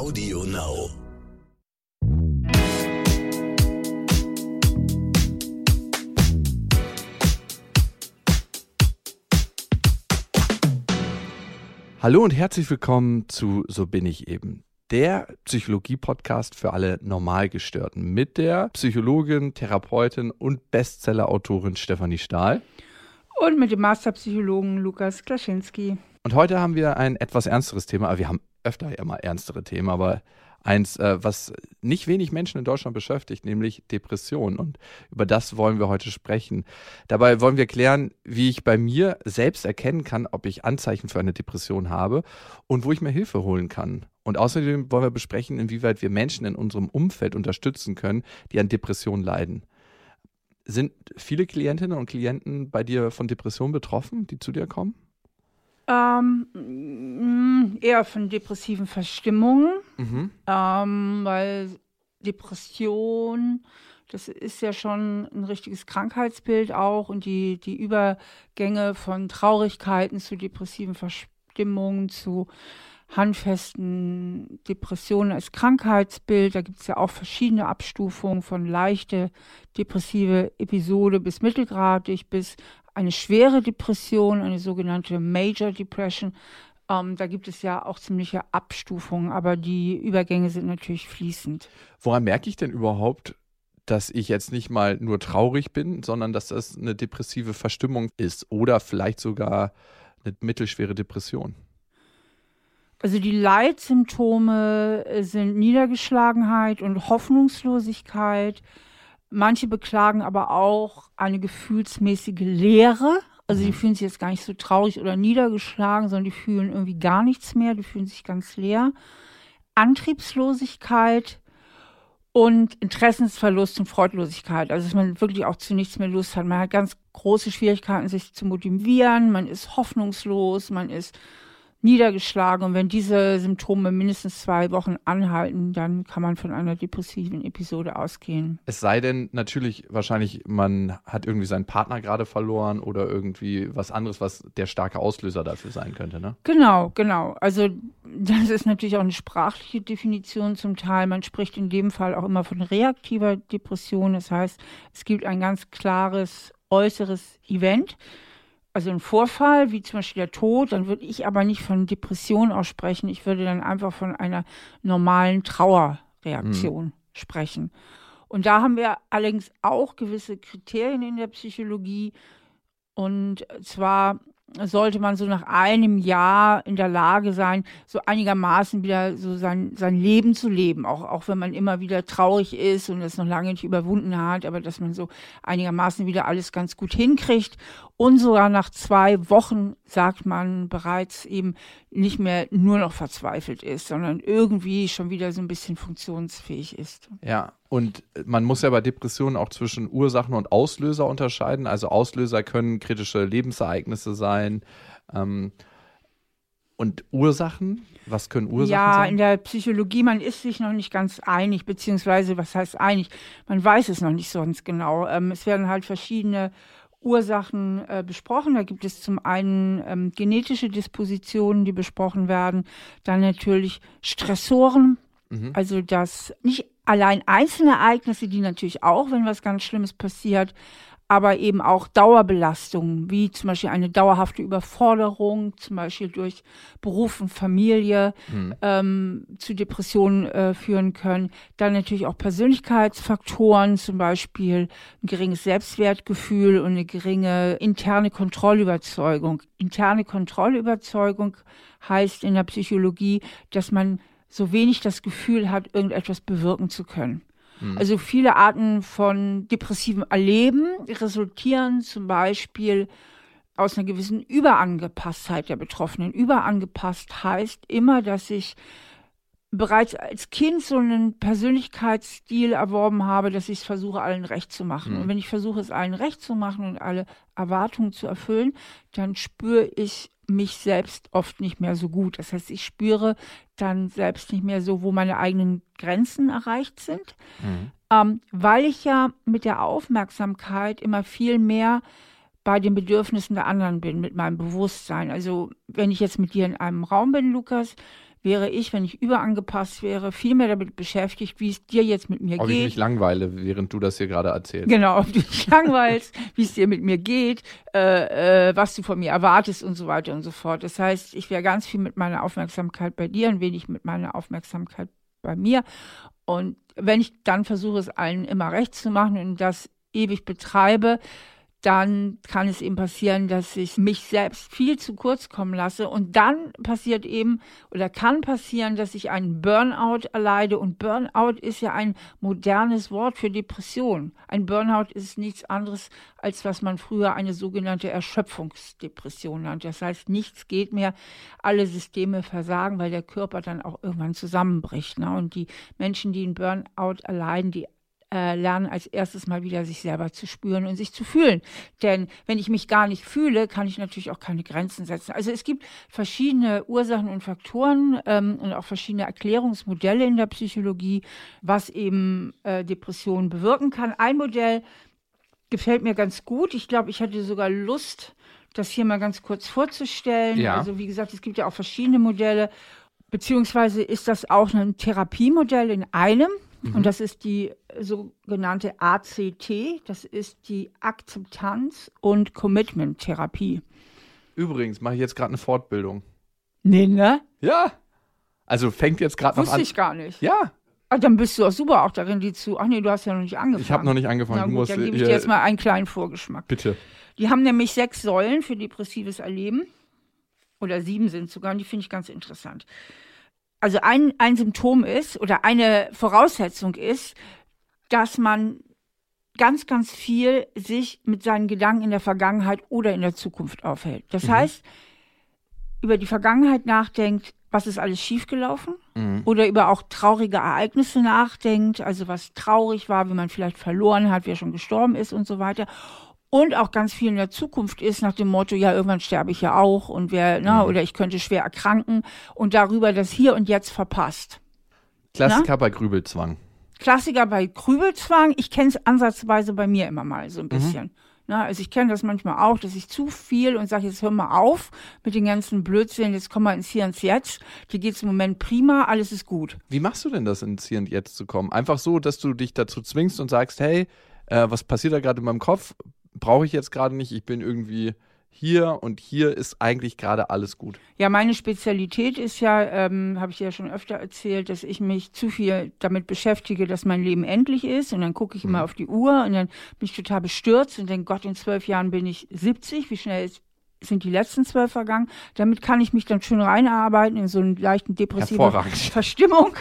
Audio Now. Hallo und herzlich willkommen zu So bin ich eben, der Psychologie-Podcast für alle Normalgestörten mit der Psychologin, Therapeutin und Bestseller-Autorin Stefanie Stahl. Und mit dem Masterpsychologen Lukas Klaschinski. Und heute haben wir ein etwas ernsteres Thema, aber wir haben öfter ja mal ernstere Themen, aber eins, was nicht wenig Menschen in Deutschland beschäftigt, nämlich Depressionen. Und über das wollen wir heute sprechen. Dabei wollen wir klären, wie ich bei mir selbst erkennen kann, ob ich Anzeichen für eine Depression habe und wo ich mir Hilfe holen kann. Und außerdem wollen wir besprechen, inwieweit wir Menschen in unserem Umfeld unterstützen können, die an Depressionen leiden. Sind viele Klientinnen und Klienten bei dir von Depressionen betroffen, die zu dir kommen? Eher von depressiven Verstimmungen, weil Depression, das ist ja schon ein richtiges Krankheitsbild auch, und die Übergänge von Traurigkeiten zu depressiven Verstimmungen, zu handfesten Depressionen als Krankheitsbild. Da gibt es ja auch verschiedene Abstufungen von leichte depressive Episode bis mittelgradig bis eine schwere Depression, eine sogenannte Major Depression. Da gibt es ja auch ziemliche Abstufungen, aber die Übergänge sind natürlich fließend. Woran merke ich denn überhaupt, dass ich jetzt nicht mal nur traurig bin, sondern dass das eine depressive Verstimmung ist oder vielleicht sogar eine mittelschwere Depression? Also die Leitsymptome sind Niedergeschlagenheit und Hoffnungslosigkeit. Manche beklagen aber auch eine gefühlsmäßige Leere. Also die fühlen sich jetzt gar nicht so traurig oder niedergeschlagen, sondern die fühlen irgendwie gar nichts mehr, die fühlen sich ganz leer. Antriebslosigkeit und Interessensverlust und Freudlosigkeit. Also dass man wirklich auch zu nichts mehr Lust hat. Man hat ganz große Schwierigkeiten, sich zu motivieren, man ist hoffnungslos, man ist niedergeschlagen. Und wenn diese Symptome mindestens 2 Wochen anhalten, dann kann man von einer depressiven Episode ausgehen. Es sei denn natürlich wahrscheinlich, man hat irgendwie seinen Partner gerade verloren oder irgendwie was anderes, was der starke Auslöser dafür sein könnte, ne? Genau. Also das ist natürlich auch eine sprachliche Definition zum Teil. Man spricht in dem Fall auch immer von reaktiver Depression. Das heißt, es gibt ein ganz klares äußeres Event, also ein Vorfall, wie zum Beispiel der Tod, dann würde ich aber nicht von Depression aussprechen. Ich würde dann einfach von einer normalen Trauerreaktion sprechen. Und da haben wir allerdings auch gewisse Kriterien in der Psychologie. Und zwar sollte man so nach einem Jahr in der Lage sein, so einigermaßen wieder so sein Leben zu leben, auch wenn man immer wieder traurig ist und es noch lange nicht überwunden hat, aber dass man so einigermaßen wieder alles ganz gut hinkriegt. Und sogar nach 2 Wochen, sagt man, bereits eben nicht mehr nur noch verzweifelt ist, sondern irgendwie schon wieder so ein bisschen funktionsfähig ist. Ja, und man muss ja bei Depressionen auch zwischen Ursachen und Auslöser unterscheiden. Also Auslöser können kritische Lebensereignisse sein. Und Ursachen? Was können Ursachen sein? Ja, in der Psychologie, man ist sich noch nicht ganz einig, beziehungsweise, was heißt einig? Man weiß es noch nicht so ganz genau. Es werden halt verschiedene Ursachen besprochen. Da gibt es zum einen genetische Dispositionen, die besprochen werden, dann natürlich Stressoren, also dass nicht allein Einzelereignisse, die natürlich auch, wenn was ganz Schlimmes passiert, aber eben auch Dauerbelastungen, wie zum Beispiel eine dauerhafte Überforderung, zum Beispiel durch Beruf und Familie zu Depressionen führen können. Dann natürlich auch Persönlichkeitsfaktoren, zum Beispiel ein geringes Selbstwertgefühl und eine geringe interne Kontrollüberzeugung. Interne Kontrollüberzeugung heißt in der Psychologie, dass man so wenig das Gefühl hat, irgendetwas bewirken zu können. Also viele Arten von depressivem Erleben resultieren zum Beispiel aus einer gewissen Überangepasstheit der Betroffenen. Überangepasst heißt immer, dass ich bereits als Kind so einen Persönlichkeitsstil erworben habe, dass ich es versuche, allen recht zu machen. Und wenn ich versuche, es allen recht zu machen und alle Erwartungen zu erfüllen, dann spüre ich mich selbst oft nicht mehr so gut. Das heißt, ich spüre dann selbst nicht mehr so, wo meine eigenen Grenzen erreicht sind, weil ich ja mit der Aufmerksamkeit immer viel mehr bei den Bedürfnissen der anderen bin, mit meinem Bewusstsein. Also wenn ich jetzt mit dir in einem Raum bin, Lukas, wäre ich, wenn ich überangepasst wäre, viel mehr damit beschäftigt, wie es dir jetzt mit mir Ob geht. ich mich langweile, während du das hier gerade erzählst. Genau, ob du dich langweilst, wie es dir mit mir geht, was du von mir erwartest und so weiter und so fort. Das heißt, ich wäre ganz viel mit meiner Aufmerksamkeit bei dir, ein wenig mit meiner Aufmerksamkeit bei mir. Und wenn ich dann versuche, es allen immer recht zu machen und das ewig betreibe, dann kann es eben passieren, dass ich mich selbst viel zu kurz kommen lasse. Und dann passiert eben oder kann passieren, dass ich einen Burnout erleide. Und Burnout ist ja ein modernes Wort für Depression. Ein Burnout ist nichts anderes, als was man früher eine sogenannte Erschöpfungsdepression nannte. Das heißt, nichts geht mehr, alle Systeme versagen, weil der Körper dann auch irgendwann zusammenbricht. Ne? Und die Menschen, die einen Burnout erleiden, die lernen als erstes mal wieder sich selber zu spüren und sich zu fühlen. Denn wenn ich mich gar nicht fühle, kann ich natürlich auch keine Grenzen setzen. Also es gibt verschiedene Ursachen und Faktoren und auch verschiedene Erklärungsmodelle in der Psychologie, was eben Depressionen bewirken kann. Ein Modell gefällt mir ganz gut. Ich glaube, ich hatte sogar Lust, das hier mal ganz kurz vorzustellen. Ja. Also wie gesagt, es gibt ja auch verschiedene Modelle, beziehungsweise ist das auch ein Therapiemodell in einem. Und das ist die sogenannte ACT, das ist die Akzeptanz- und Commitment-Therapie. Übrigens mache ich jetzt gerade eine Fortbildung. Nee, ne? Ja. Also fängt jetzt gerade noch an. Wusste ich gar nicht. Ja. Ah, dann bist du auch super auch darin, die zu... Ach nee, du hast ja noch nicht angefangen. Ich habe noch nicht angefangen. Na Du gut, musst, dann gebe ich dir jetzt mal einen kleinen Vorgeschmack. Bitte. Die haben nämlich 6 Säulen für depressives Erleben. Oder 7 sind sogar, und die finde ich ganz interessant. Also ein Symptom ist oder eine Voraussetzung ist, dass man ganz, ganz viel sich mit seinen Gedanken in der Vergangenheit oder in der Zukunft aufhält. Das heißt, über die Vergangenheit nachdenkt, was ist alles schiefgelaufen, oder über auch traurige Ereignisse nachdenkt, also was traurig war, wie man vielleicht verloren hat, wer schon gestorben ist und so weiter. Und auch ganz viel in der Zukunft ist nach dem Motto, ja, irgendwann sterbe ich ja auch und oder ich könnte schwer erkranken und darüber das Hier und Jetzt verpasst. Klassiker bei Grübelzwang. Klassiker bei Grübelzwang. Ich kenne es ansatzweise bei mir immer mal so ein bisschen. Also ich kenne das manchmal auch, dass ich zu viel und sage, jetzt hör mal auf mit den ganzen Blödsinn, jetzt komm mal ins Hier und Jetzt. Dir geht's im Moment prima, alles ist gut. Wie machst du denn das, ins Hier und Jetzt zu kommen? Einfach so, dass du dich dazu zwingst und sagst, hey, was passiert da gerade in meinem Kopf? Brauche ich jetzt gerade nicht, ich bin irgendwie hier und hier ist eigentlich gerade alles gut. Ja, meine Spezialität ist ja, habe ich dir ja schon öfter erzählt, dass ich mich zu viel damit beschäftige, dass mein Leben endlich ist und dann gucke ich immer auf die Uhr und dann bin ich total bestürzt und denke, Gott, in 12 Jahren bin ich 70, wie schnell sind die letzten 12 vergangen. Damit kann ich mich dann schön reinarbeiten in so einen leichten depressiven Verstimmung.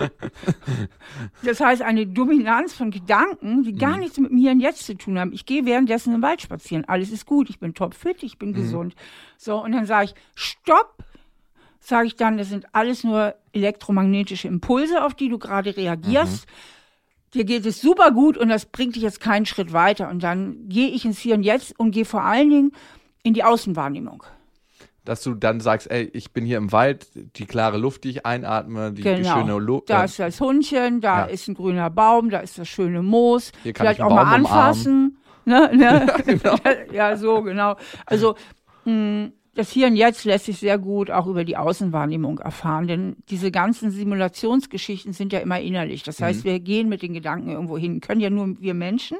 Das heißt, eine Dominanz von Gedanken, die gar nichts mit mir und Jetzt zu tun haben. Ich gehe währenddessen im Wald spazieren. Alles ist gut, ich bin topfit, ich bin gesund. So, und dann sage ich, stopp, sage ich dann, das sind alles nur elektromagnetische Impulse, auf die du gerade reagierst. Dir geht es super gut und das bringt dich jetzt keinen Schritt weiter. Und dann gehe ich ins Hier und Jetzt und gehe vor allen Dingen in die Außenwahrnehmung. Dass du dann sagst, ey, ich bin hier im Wald, die klare Luft, die ich einatme, die schöne Luft. Da ist das Hundchen, da ist ein grüner Baum, da ist das schöne Moos. Hier kann vielleicht ich auch einen mal Baum anfassen. Ja, genau. Ja, so, genau. Also das Hier und Jetzt lässt sich sehr gut auch über die Außenwahrnehmung erfahren, denn diese ganzen Simulationsgeschichten sind ja immer innerlich. Das heißt, wir gehen mit den Gedanken irgendwo hin, können ja nur wir Menschen.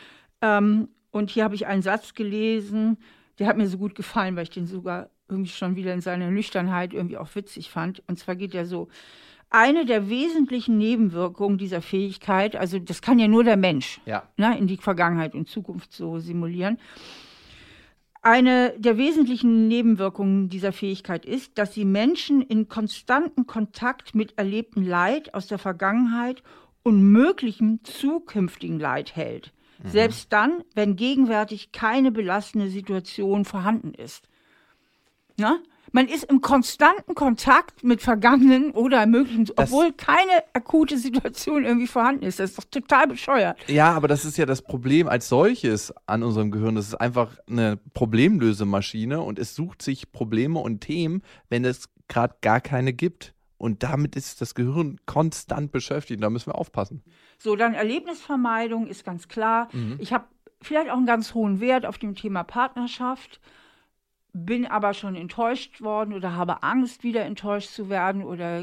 Und hier habe ich einen Satz gelesen, der hat mir so gut gefallen, weil ich den sogar irgendwie schon wieder in seiner Nüchternheit irgendwie auch witzig fand. Und zwar geht er so: Eine der wesentlichen Nebenwirkungen dieser Fähigkeit, also das kann ja nur der Mensch, in die Vergangenheit und Zukunft so simulieren. Eine der wesentlichen Nebenwirkungen dieser Fähigkeit ist, dass sie Menschen in konstanten Kontakt mit erlebtem Leid aus der Vergangenheit und möglichem zukünftigen Leid hält. Selbst dann, wenn gegenwärtig keine belastende Situation vorhanden ist. Na? Man ist im konstanten Kontakt mit vergangenen oder möglichen, obwohl keine akute Situation irgendwie vorhanden ist. Das ist doch total bescheuert. Ja, aber das ist ja das Problem als solches an unserem Gehirn. Das ist einfach eine Problemlösemaschine und es sucht sich Probleme und Themen, wenn es gerade gar keine gibt. Und damit ist das Gehirn konstant beschäftigt. Da müssen wir aufpassen. So, dann Erlebnisvermeidung ist ganz klar. Ich habe vielleicht auch einen ganz hohen Wert auf dem Thema Partnerschaft, bin aber schon enttäuscht worden oder habe Angst, wieder enttäuscht zu werden oder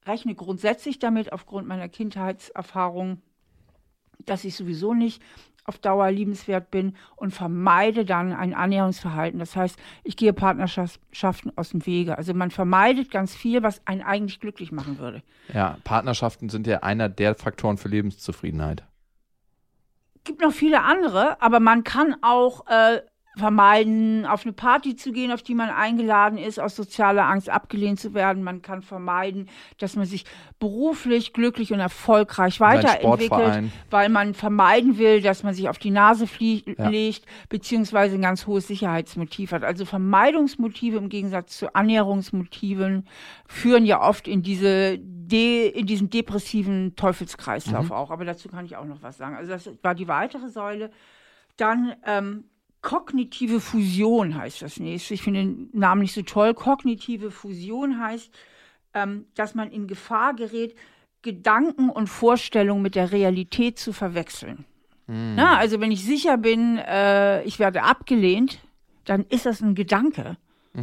rechne grundsätzlich damit, aufgrund meiner Kindheitserfahrung, dass ich sowieso nicht auf Dauer liebenswert bin und vermeide dann ein Annäherungsverhalten. Das heißt, ich gehe Partnerschaften aus dem Wege. Also man vermeidet ganz viel, was einen eigentlich glücklich machen würde. Ja, Partnerschaften sind ja einer der Faktoren für Lebenszufriedenheit. Es gibt noch viele andere, aber man kann auch vermeiden, auf eine Party zu gehen, auf die man eingeladen ist, aus sozialer Angst abgelehnt zu werden. Man kann vermeiden, dass man sich beruflich glücklich und erfolgreich weiterentwickelt, weil man vermeiden will, dass man sich auf die Nase legt, beziehungsweise ein ganz hohes Sicherheitsmotiv hat. Also Vermeidungsmotive im Gegensatz zu Annäherungsmotiven führen ja oft in diesen depressiven Teufelskreislauf auch. Aber dazu kann ich auch noch was sagen. Also das war die weitere Säule. Dann kognitive Fusion heißt das nächste. Ich finde den Namen nicht so toll. Kognitive Fusion heißt, dass man in Gefahr gerät, Gedanken und Vorstellungen mit der Realität zu verwechseln. Na, also wenn ich sicher bin, ich werde abgelehnt, dann ist das ein Gedanke.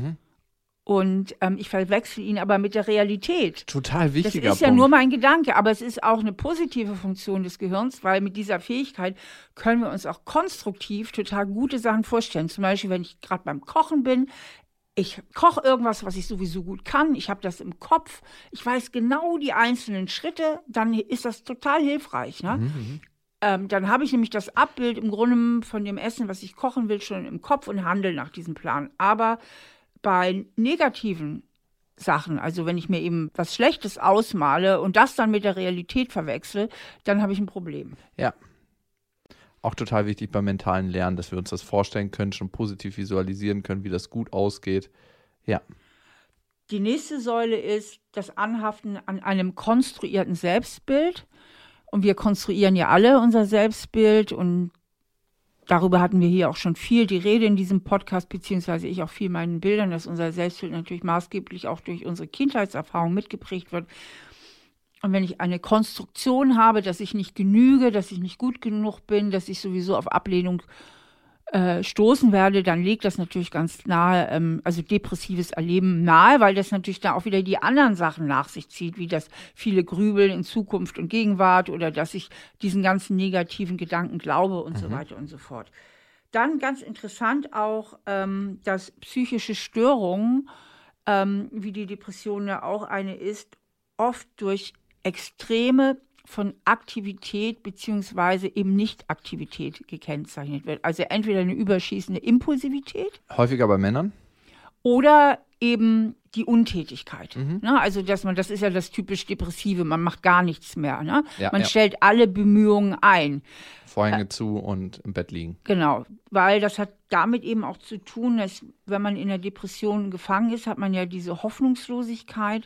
Und ich verwechsel ihn aber mit der Realität. Total wichtiger Punkt. Das ist ja nur mein Gedanke, aber es ist auch eine positive Funktion des Gehirns, weil mit dieser Fähigkeit können wir uns auch konstruktiv total gute Sachen vorstellen. Zum Beispiel, wenn ich gerade beim Kochen bin, ich koche irgendwas, was ich sowieso gut kann, ich habe das im Kopf, ich weiß genau die einzelnen Schritte, dann ist das total hilfreich. Ne? Dann habe ich nämlich das Abbild im Grunde von dem Essen, was ich kochen will, schon im Kopf und handle nach diesem Plan. Aber bei negativen Sachen, also wenn ich mir eben was Schlechtes ausmale und das dann mit der Realität verwechsel, dann habe ich ein Problem. Ja. Auch total wichtig beim mentalen Lernen, dass wir uns das vorstellen können, schon positiv visualisieren können, wie das gut ausgeht. Ja. Die nächste Säule ist das Anhaften an einem konstruierten Selbstbild. Und wir konstruieren ja alle unser Selbstbild und darüber hatten wir hier auch schon viel die Rede in diesem Podcast, beziehungsweise ich auch viel in meinen Bildern, dass unser Selbstbild natürlich maßgeblich auch durch unsere Kindheitserfahrung mitgeprägt wird. Und wenn ich eine Konstruktion habe, dass ich nicht genüge, dass ich nicht gut genug bin, dass ich sowieso auf Ablehnung stoßen werde, dann legt das natürlich ganz nahe, also depressives Erleben nahe, weil das natürlich da auch wieder die anderen Sachen nach sich zieht, wie das viele Grübeln in Zukunft und Gegenwart oder dass ich diesen ganzen negativen Gedanken glaube und so weiter und so fort. Dann ganz interessant auch, dass psychische Störungen, wie die Depression ja auch eine ist, oft durch Extreme von Aktivität beziehungsweise eben Nicht-Aktivität gekennzeichnet wird. Also entweder eine überschießende Impulsivität. Häufiger bei Männern? Oder eben die Untätigkeit. Ne? Also das ist ja das typisch Depressive, man macht gar nichts mehr. Ne? Man stellt alle Bemühungen ein. Vorhänge zu und im Bett liegen. Genau, weil das hat damit eben auch zu tun, dass wenn man in der Depression gefangen ist, hat man ja diese Hoffnungslosigkeit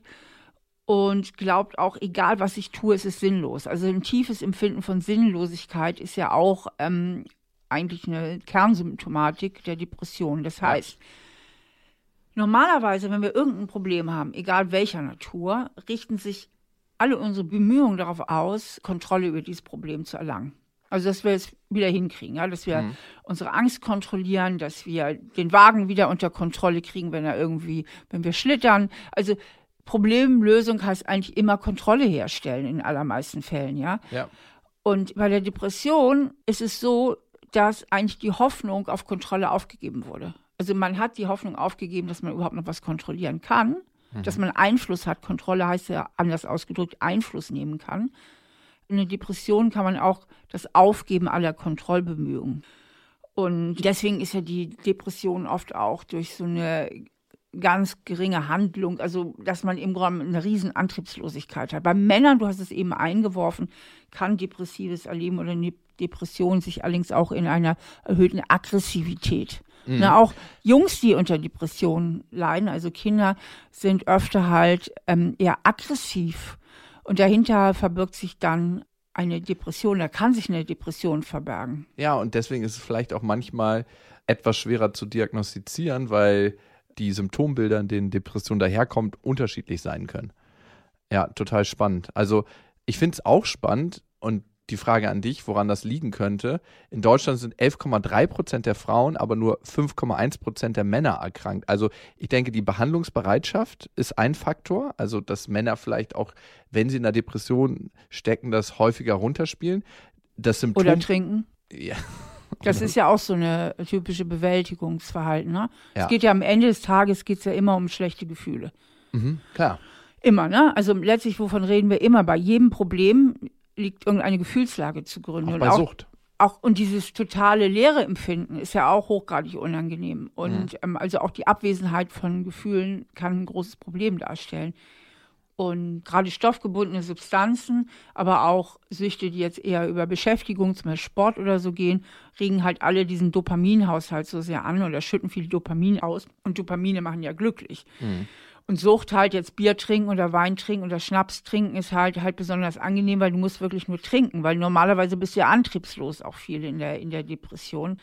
und glaubt auch, egal was ich tue, es ist sinnlos. Also ein tiefes Empfinden von Sinnlosigkeit ist ja auch eigentlich eine Kernsymptomatik der Depression. Das heißt, normalerweise, wenn wir irgendein Problem haben, egal welcher Natur, richten sich alle unsere Bemühungen darauf aus, Kontrolle über dieses Problem zu erlangen. Also, dass wir es wieder hinkriegen, ja? Dass wir unsere Angst kontrollieren, dass wir den Wagen wieder unter Kontrolle kriegen, wenn wir schlittern. Also, Problemlösung heißt eigentlich immer Kontrolle herstellen in allermeisten Fällen, ja. Und bei der Depression ist es so, dass eigentlich die Hoffnung auf Kontrolle aufgegeben wurde. Also man hat die Hoffnung aufgegeben, dass man überhaupt noch was kontrollieren kann, dass man Einfluss hat. Kontrolle heißt ja anders ausgedrückt, Einfluss nehmen kann. In der Depression kann man auch das Aufgeben aller Kontrollbemühungen. Und deswegen ist ja die Depression oft auch durch so eine ganz geringe Handlung, also dass man im Grunde eine riesen Antriebslosigkeit hat. Bei Männern, du hast es eben eingeworfen, kann depressives Erleben oder eine Depression sich allerdings auch in einer erhöhten Aggressivität. Na, auch Jungs, die unter Depressionen leiden, also Kinder, sind öfter halt eher aggressiv. Und dahinter verbirgt sich dann eine Depression, da kann sich eine Depression verbergen. Ja, und deswegen ist es vielleicht auch manchmal etwas schwerer zu diagnostizieren, weil die Symptombilder, in denen Depression daherkommt, unterschiedlich sein können. Ja, total spannend. Also ich finde es auch spannend und die Frage an dich, woran das liegen könnte. In Deutschland sind 11,3% der Frauen, aber nur 5,1% der Männer erkrankt. Also ich denke, die Behandlungsbereitschaft ist ein Faktor. Also dass Männer vielleicht auch, wenn sie in einer Depression stecken, das häufiger runterspielen. Das Symptom, oder trinken. Ja. Das ist ja auch so eine typische Bewältigungsverhalten. Ne? Ja. Es geht ja am Ende des Tages geht's ja immer um schlechte Gefühle. Klar. Immer, ne? Also letztlich, wovon reden wir immer? Bei jedem Problem liegt irgendeine Gefühlslage zugrunde. Auch bei Sucht. Und dieses totale Leere-Empfinden ist ja auch hochgradig unangenehm. Und also auch die Abwesenheit von Gefühlen kann ein großes Problem darstellen. Und gerade stoffgebundene Substanzen, aber auch Süchte, die jetzt eher über Beschäftigung, zum Beispiel Sport oder so gehen, regen halt alle diesen Dopaminhaushalt so sehr an oder schütten viel Dopamin aus. Und Dopamine machen ja glücklich. Und Sucht halt jetzt Bier trinken oder Wein trinken oder Schnaps trinken ist halt besonders angenehm, weil du musst wirklich nur trinken, weil normalerweise bist du ja antriebslos auch viel in der Depression.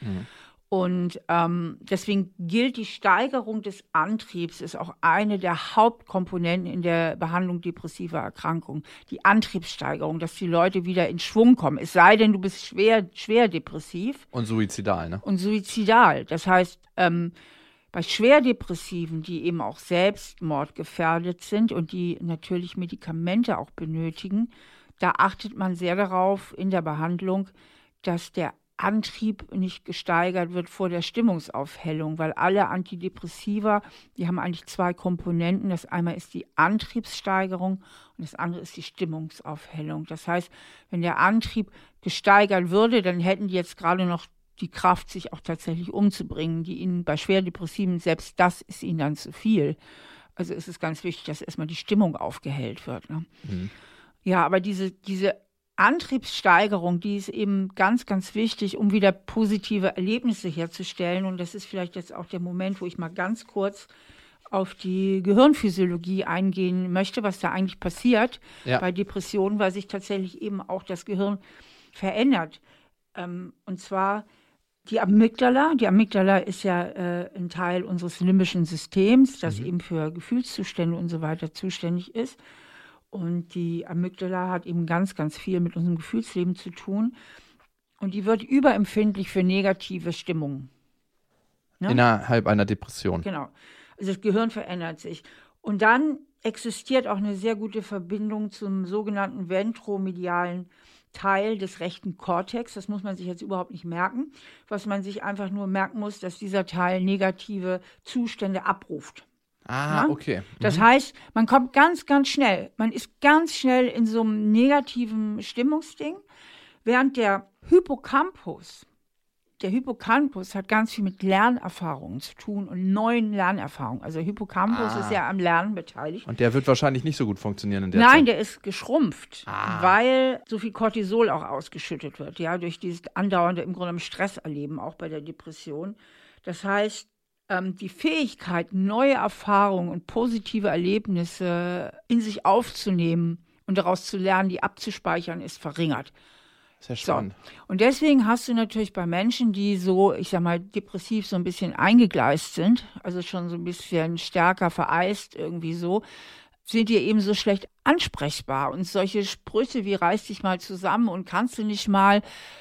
Und deswegen gilt die Steigerung des Antriebs, ist auch eine der Hauptkomponenten in der Behandlung depressiver Erkrankungen. Die Antriebssteigerung, dass die Leute wieder in Schwung kommen. Es sei denn, du bist schwer depressiv. Und suizidal, ne? Und suizidal. Das heißt, bei Schwerdepressiven, die eben auch selbstmordgefährdet sind und die natürlich Medikamente auch benötigen, da achtet man sehr darauf in der Behandlung, dass der Antrieb nicht gesteigert wird vor der Stimmungsaufhellung, weil alle Antidepressiva, die haben eigentlich zwei Komponenten. Das einmal ist die Antriebssteigerung und das andere ist die Stimmungsaufhellung. Das heißt, wenn der Antrieb gesteigert würde, dann hätten die jetzt gerade noch die Kraft, sich auch tatsächlich umzubringen, die ihnen bei Schwerdepressiven, selbst das ist ihnen dann zu viel. Also ist es ganz wichtig, dass erstmal die Stimmung aufgehellt wird. Ne? Ja, aber diese Antriebssteigerung, die ist eben ganz, ganz wichtig, um wieder positive Erlebnisse herzustellen. Und das ist vielleicht jetzt auch der Moment, wo ich mal ganz kurz auf die Gehirnphysiologie eingehen möchte, was da eigentlich passiert bei Depressionen, weil sich tatsächlich eben auch das Gehirn verändert. Und zwar die Amygdala. Die Amygdala ist ja ein Teil unseres limbischen Systems, das eben für Gefühlszustände und so weiter zuständig ist. Und die Amygdala hat eben ganz, ganz viel mit unserem Gefühlsleben zu tun. Und die wird überempfindlich für negative Stimmungen. Ne? Innerhalb einer Depression. Genau. Also das Gehirn verändert sich. Und dann existiert auch eine sehr gute Verbindung zum sogenannten ventromedialen Teil des rechten Kortex. Das muss man sich jetzt überhaupt nicht merken. Was man sich einfach nur merken muss, dass dieser Teil negative Zustände abruft. Ah, okay. Das heißt, man kommt ganz, ganz schnell. Man ist ganz schnell in so einem negativen Stimmungsding, während der Hippocampus hat ganz viel mit Lernerfahrungen zu tun und neuen Lernerfahrungen. Also Hippocampus ist ja am Lernen beteiligt. Und der wird wahrscheinlich nicht so gut funktionieren in der Nein, Zeit. der ist geschrumpft, weil so viel Cortisol auch ausgeschüttet wird, ja, durch dieses andauernde im Grunde Stress erleben, auch bei der Depression. Das heißt, die Fähigkeit, neue Erfahrungen und positive Erlebnisse in sich aufzunehmen und daraus zu lernen, die abzuspeichern, ist verringert. Sehr spannend. So. Und deswegen hast du natürlich bei Menschen, die so, ich sag mal, depressiv so ein bisschen eingegleist sind, also schon so ein bisschen stärker vereist irgendwie so, sind die eben so schlecht ansprechbar. Und solche Sprüche wie reiß dich mal zusammen und kannst du nicht mal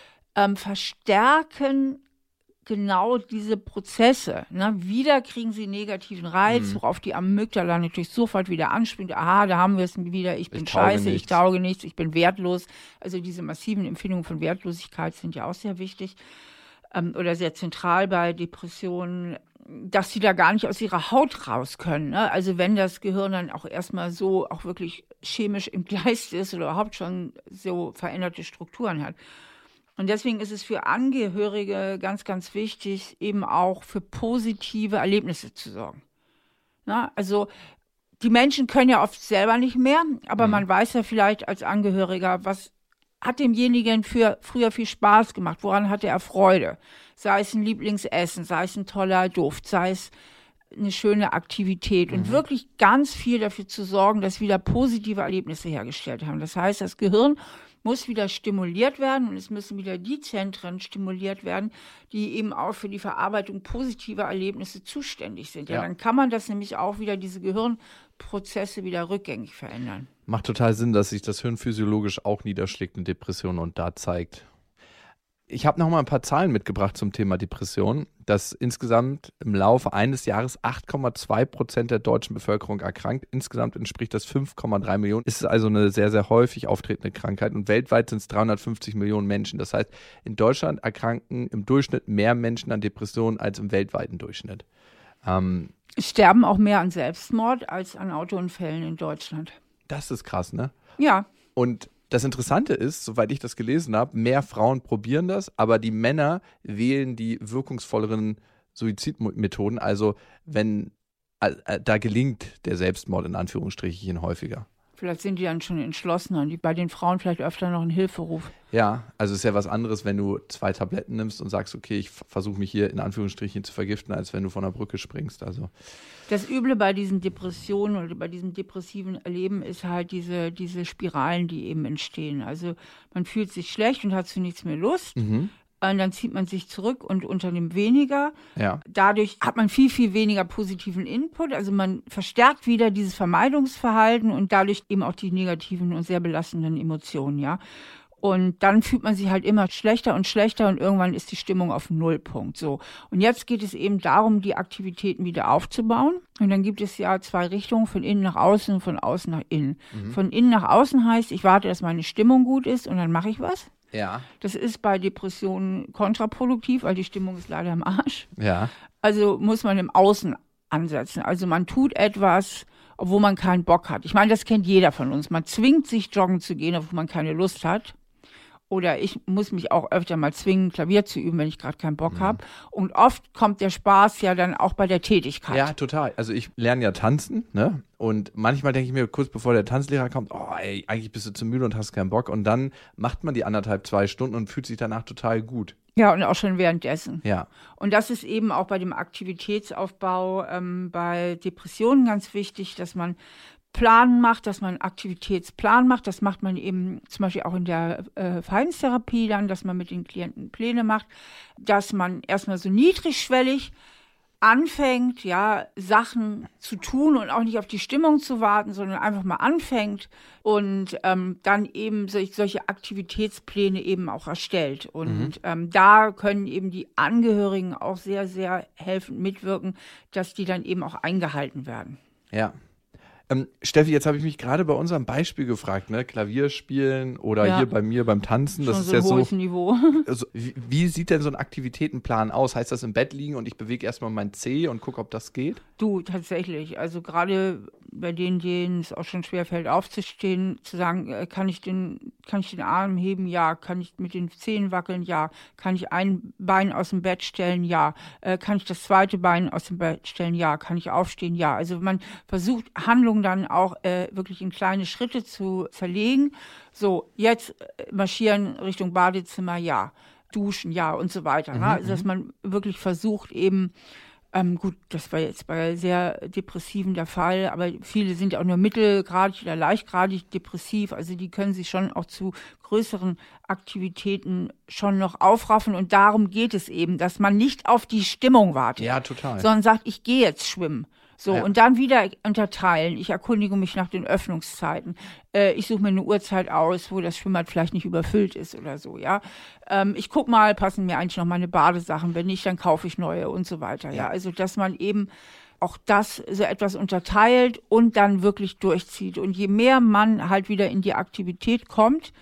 verstärken genau diese Prozesse. Ne? Wieder kriegen sie negativen Reiz, worauf die Amygdala natürlich sofort wieder anspringt. Aha, da haben wir es wieder, ich bin scheiße, ich tauge nichts, ich bin wertlos. Also diese massiven Empfindungen von Wertlosigkeit sind ja auch sehr wichtig oder sehr zentral bei Depressionen, dass sie da gar nicht aus ihrer Haut raus können. Ne? Also wenn das Gehirn dann auch erstmal so auch wirklich chemisch im Geist ist oder überhaupt schon so veränderte Strukturen hat. Und deswegen ist es für Angehörige ganz, ganz wichtig, eben auch für positive Erlebnisse zu sorgen. Na, also die Menschen können ja oft selber nicht mehr, aber man weiß ja vielleicht als Angehöriger, was hat demjenigen früher viel Spaß gemacht, woran hatte er Freude? Sei es ein Lieblingsessen, sei es ein toller Duft, sei es eine schöne Aktivität und wirklich ganz viel dafür zu sorgen, dass wieder positive Erlebnisse hergestellt haben. Das heißt, das Gehirn muss wieder stimuliert werden und es müssen wieder die Zentren stimuliert werden, die eben auch für die Verarbeitung positiver Erlebnisse zuständig sind. Ja, dann kann man das nämlich auch wieder, diese Gehirnprozesse wieder rückgängig verändern. macht total Sinn, dass sich das Hirn physiologisch auch niederschlägt in Depressionen und da zeigt. Ich habe noch mal ein paar Zahlen mitgebracht zum Thema Depression, dass insgesamt im Laufe eines Jahres 8,2% der deutschen Bevölkerung erkrankt. Insgesamt entspricht das 5,3 Millionen. Ist also eine sehr, sehr häufig auftretende Krankheit und weltweit sind es 350 Millionen Menschen. Das heißt, in Deutschland erkranken im Durchschnitt mehr Menschen an Depressionen als im weltweiten Durchschnitt. Es sterben auch mehr an Selbstmord als an Autounfällen in Deutschland. Das ist krass, ne? Ja. Und das Interessante ist, soweit ich das gelesen habe, mehr Frauen probieren das, aber die Männer wählen die wirkungsvolleren Suizidmethoden. Also wenn da gelingt der Selbstmord in Anführungsstrichen häufiger. Vielleicht sind die dann schon entschlossener und bei den Frauen vielleicht öfter noch ein Hilferuf. Ja, also es ist ja was anderes, wenn du 2 Tabletten nimmst und sagst, okay, ich versuche mich hier in Anführungsstrichen zu vergiften, als wenn du von der Brücke springst. Also das Üble bei diesen Depressionen oder bei diesem depressiven Erleben ist halt diese Spiralen, die eben entstehen. Also man fühlt sich schlecht und hat zu nichts mehr Lust. Und dann zieht man sich zurück und unternimmt weniger. Ja. Dadurch hat man viel, viel weniger positiven Input. Also man verstärkt wieder dieses Vermeidungsverhalten und dadurch eben auch die negativen und sehr belastenden Emotionen, ja. Und dann fühlt man sich halt immer schlechter und schlechter und irgendwann ist die Stimmung auf Nullpunkt. So. Und jetzt geht es eben darum, die Aktivitäten wieder aufzubauen. Und dann gibt es ja 2 Richtungen, von innen nach außen und von außen nach innen. Von innen nach außen heißt, ich warte, dass meine Stimmung gut ist und dann mache ich was. Ja. Das ist bei Depressionen kontraproduktiv, weil die Stimmung ist leider im Arsch. Ja. Also muss man im Außen ansetzen. Also man tut etwas, obwohl man keinen Bock hat. Ich meine, das kennt jeder von uns. Man zwingt sich, joggen zu gehen, obwohl man keine Lust hat. Oder ich muss mich auch öfter mal zwingen, Klavier zu üben, wenn ich gerade keinen Bock habe. Und oft kommt der Spaß ja dann auch bei der Tätigkeit. Ja, total. Also ich lerne ja tanzen, ne? Und manchmal denke ich mir, kurz bevor der Tanzlehrer kommt, oh ey, eigentlich bist du zu müde und hast keinen Bock. Und dann macht man die 1,5, 2 Stunden und fühlt sich danach total gut. Ja, und auch schon währenddessen. Ja. Und das ist eben auch bei dem Aktivitätsaufbau bei Depressionen ganz wichtig, dass man Plan macht, dass man einen Aktivitätsplan macht. Das macht man eben zum Beispiel auch in der Verhaltenstherapie dann, dass man mit den Klienten Pläne macht, dass man erstmal so niedrigschwellig anfängt, ja, Sachen zu tun und auch nicht auf die Stimmung zu warten, sondern einfach mal anfängt und dann eben solche Aktivitätspläne eben auch erstellt. Und da können eben die Angehörigen auch sehr, sehr helfend mitwirken, dass die dann eben auch eingehalten werden. Ja. Steffi, jetzt habe ich mich gerade bei unserem Beispiel gefragt, ne? Klavier spielen oder hier bei mir beim Tanzen. Das schon ist so ja ein hohes Niveau. Also, wie sieht denn so ein Aktivitätenplan aus? Heißt das im Bett liegen und ich bewege erstmal mein Zeh und gucke, ob das geht? Du, tatsächlich. Also gerade bei denen es auch schon schwerfällt aufzustehen, zu sagen, kann ich den Arm heben? Ja. Kann ich mit den Zehen wackeln? Ja. Kann ich ein Bein aus dem Bett stellen? Ja. Kann ich das zweite Bein aus dem Bett stellen? Ja. Kann ich aufstehen? Ja. Also man versucht, Handlungen dann auch wirklich in kleine Schritte zu zerlegen. So, jetzt marschieren Richtung Badezimmer? Ja. Duschen? Ja. Und so weiter. Ne? Also dass man wirklich versucht eben, gut, das war jetzt bei sehr Depressiven der Fall, aber viele sind ja auch nur mittelgradig oder leichtgradig depressiv, also die können sich schon auch zu größeren Aktivitäten schon noch aufraffen und darum geht es eben, dass man nicht auf die Stimmung wartet, ja, total, sondern sagt, ich gehe jetzt schwimmen. So, ja. Und dann wieder unterteilen. Ich erkundige mich nach den Öffnungszeiten. Ich suche mir eine Uhrzeit aus, wo das Schwimmbad vielleicht nicht überfüllt ist oder so, ja. Ich gucke mal, passen mir eigentlich noch meine Badesachen. Wenn nicht, dann kaufe ich neue und so weiter, ja. Also, dass man eben auch das so etwas unterteilt und dann wirklich durchzieht. Und je mehr man halt wieder in die Aktivität kommt,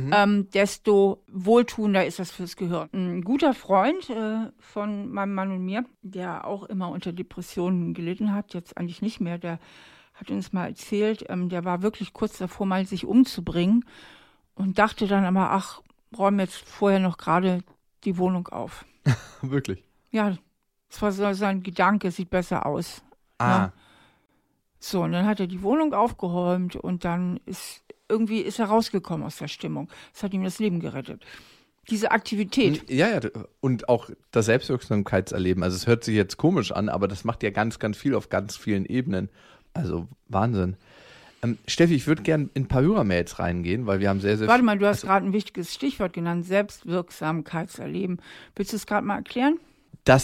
desto wohltuender ist das fürs Gehirn. Ein guter Freund von meinem Mann und mir, der auch immer unter Depressionen gelitten hat, jetzt eigentlich nicht mehr, der hat uns mal erzählt, der war wirklich kurz davor, mal sich umzubringen und dachte dann aber, ach, räume jetzt vorher noch gerade die Wohnung auf. Wirklich? Ja, das war so ein Gedanke, sieht besser aus. Ah. Ja. So, und dann hat er die Wohnung aufgeräumt und dann ist er rausgekommen aus der Stimmung. Das hat ihm das Leben gerettet. Diese Aktivität. Ja, und auch das Selbstwirksamkeitserleben. Also es hört sich jetzt komisch an, aber das macht ja ganz, ganz viel auf ganz vielen Ebenen. Also Wahnsinn. Steffi, ich würde gerne in ein paar Hörermails reingehen, weil wir haben sehr, sehr Warte mal, du hast gerade ein wichtiges Stichwort genannt, Selbstwirksamkeitserleben. Willst du es gerade mal erklären? Dass ich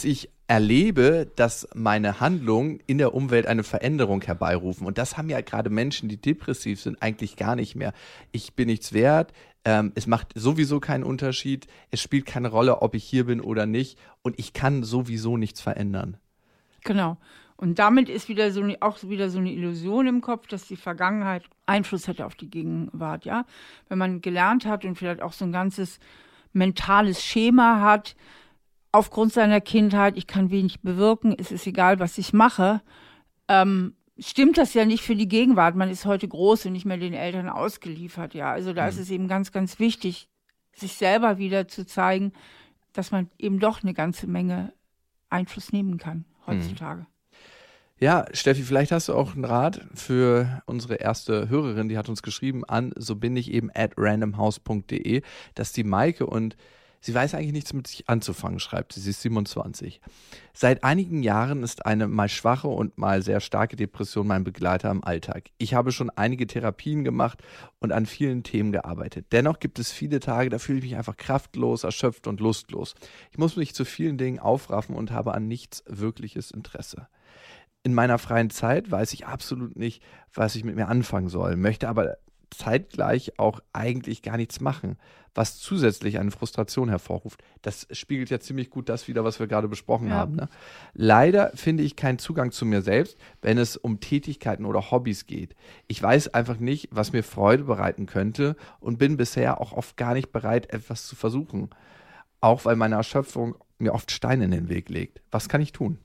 erlebe, dass meine Handlungen in der Umwelt eine Veränderung herbeirufen. Und das haben ja gerade Menschen, die depressiv sind, eigentlich gar nicht mehr. Ich bin nichts wert, es macht sowieso keinen Unterschied, es spielt keine Rolle, ob ich hier bin oder nicht und ich kann sowieso nichts verändern. Genau. Und damit ist auch wieder so eine Illusion im Kopf, dass die Vergangenheit Einfluss hätte auf die Gegenwart, ja. Wenn man gelernt hat und vielleicht auch so ein ganzes mentales Schema hat, aufgrund seiner Kindheit, ich kann wenig bewirken, es ist egal, was ich mache, stimmt das ja nicht für die Gegenwart. Man ist heute groß und nicht mehr den Eltern ausgeliefert, ja. Also da ist es eben ganz, ganz wichtig, sich selber wieder zu zeigen, dass man eben doch eine ganze Menge Einfluss nehmen kann heutzutage. Ja, Steffi, vielleicht hast du auch einen Rat für unsere erste Hörerin, die hat uns geschrieben an sobinicheben@randomhouse.de, dass die Maike und sie weiß eigentlich nichts mit sich anzufangen, schreibt sie. Sie ist 27. Seit einigen Jahren ist eine mal schwache und mal sehr starke Depression mein Begleiter im Alltag. Ich habe schon einige Therapien gemacht und an vielen Themen gearbeitet. Dennoch gibt es viele Tage, da fühle ich mich einfach kraftlos, erschöpft und lustlos. Ich muss mich zu vielen Dingen aufraffen und habe an nichts wirkliches Interesse. In meiner freien Zeit weiß ich absolut nicht, was ich mit mir anfangen soll, möchte aber zeitgleich auch eigentlich gar nichts machen, was zusätzlich eine Frustration hervorruft. Das spiegelt ja ziemlich gut das wider, was wir gerade besprochen haben. Ne? Leider finde ich keinen Zugang zu mir selbst, wenn es um Tätigkeiten oder Hobbys geht. Ich weiß einfach nicht, was mir Freude bereiten könnte und bin bisher auch oft gar nicht bereit, etwas zu versuchen. Auch weil meine Erschöpfung mir oft Steine in den Weg legt. Was kann ich tun?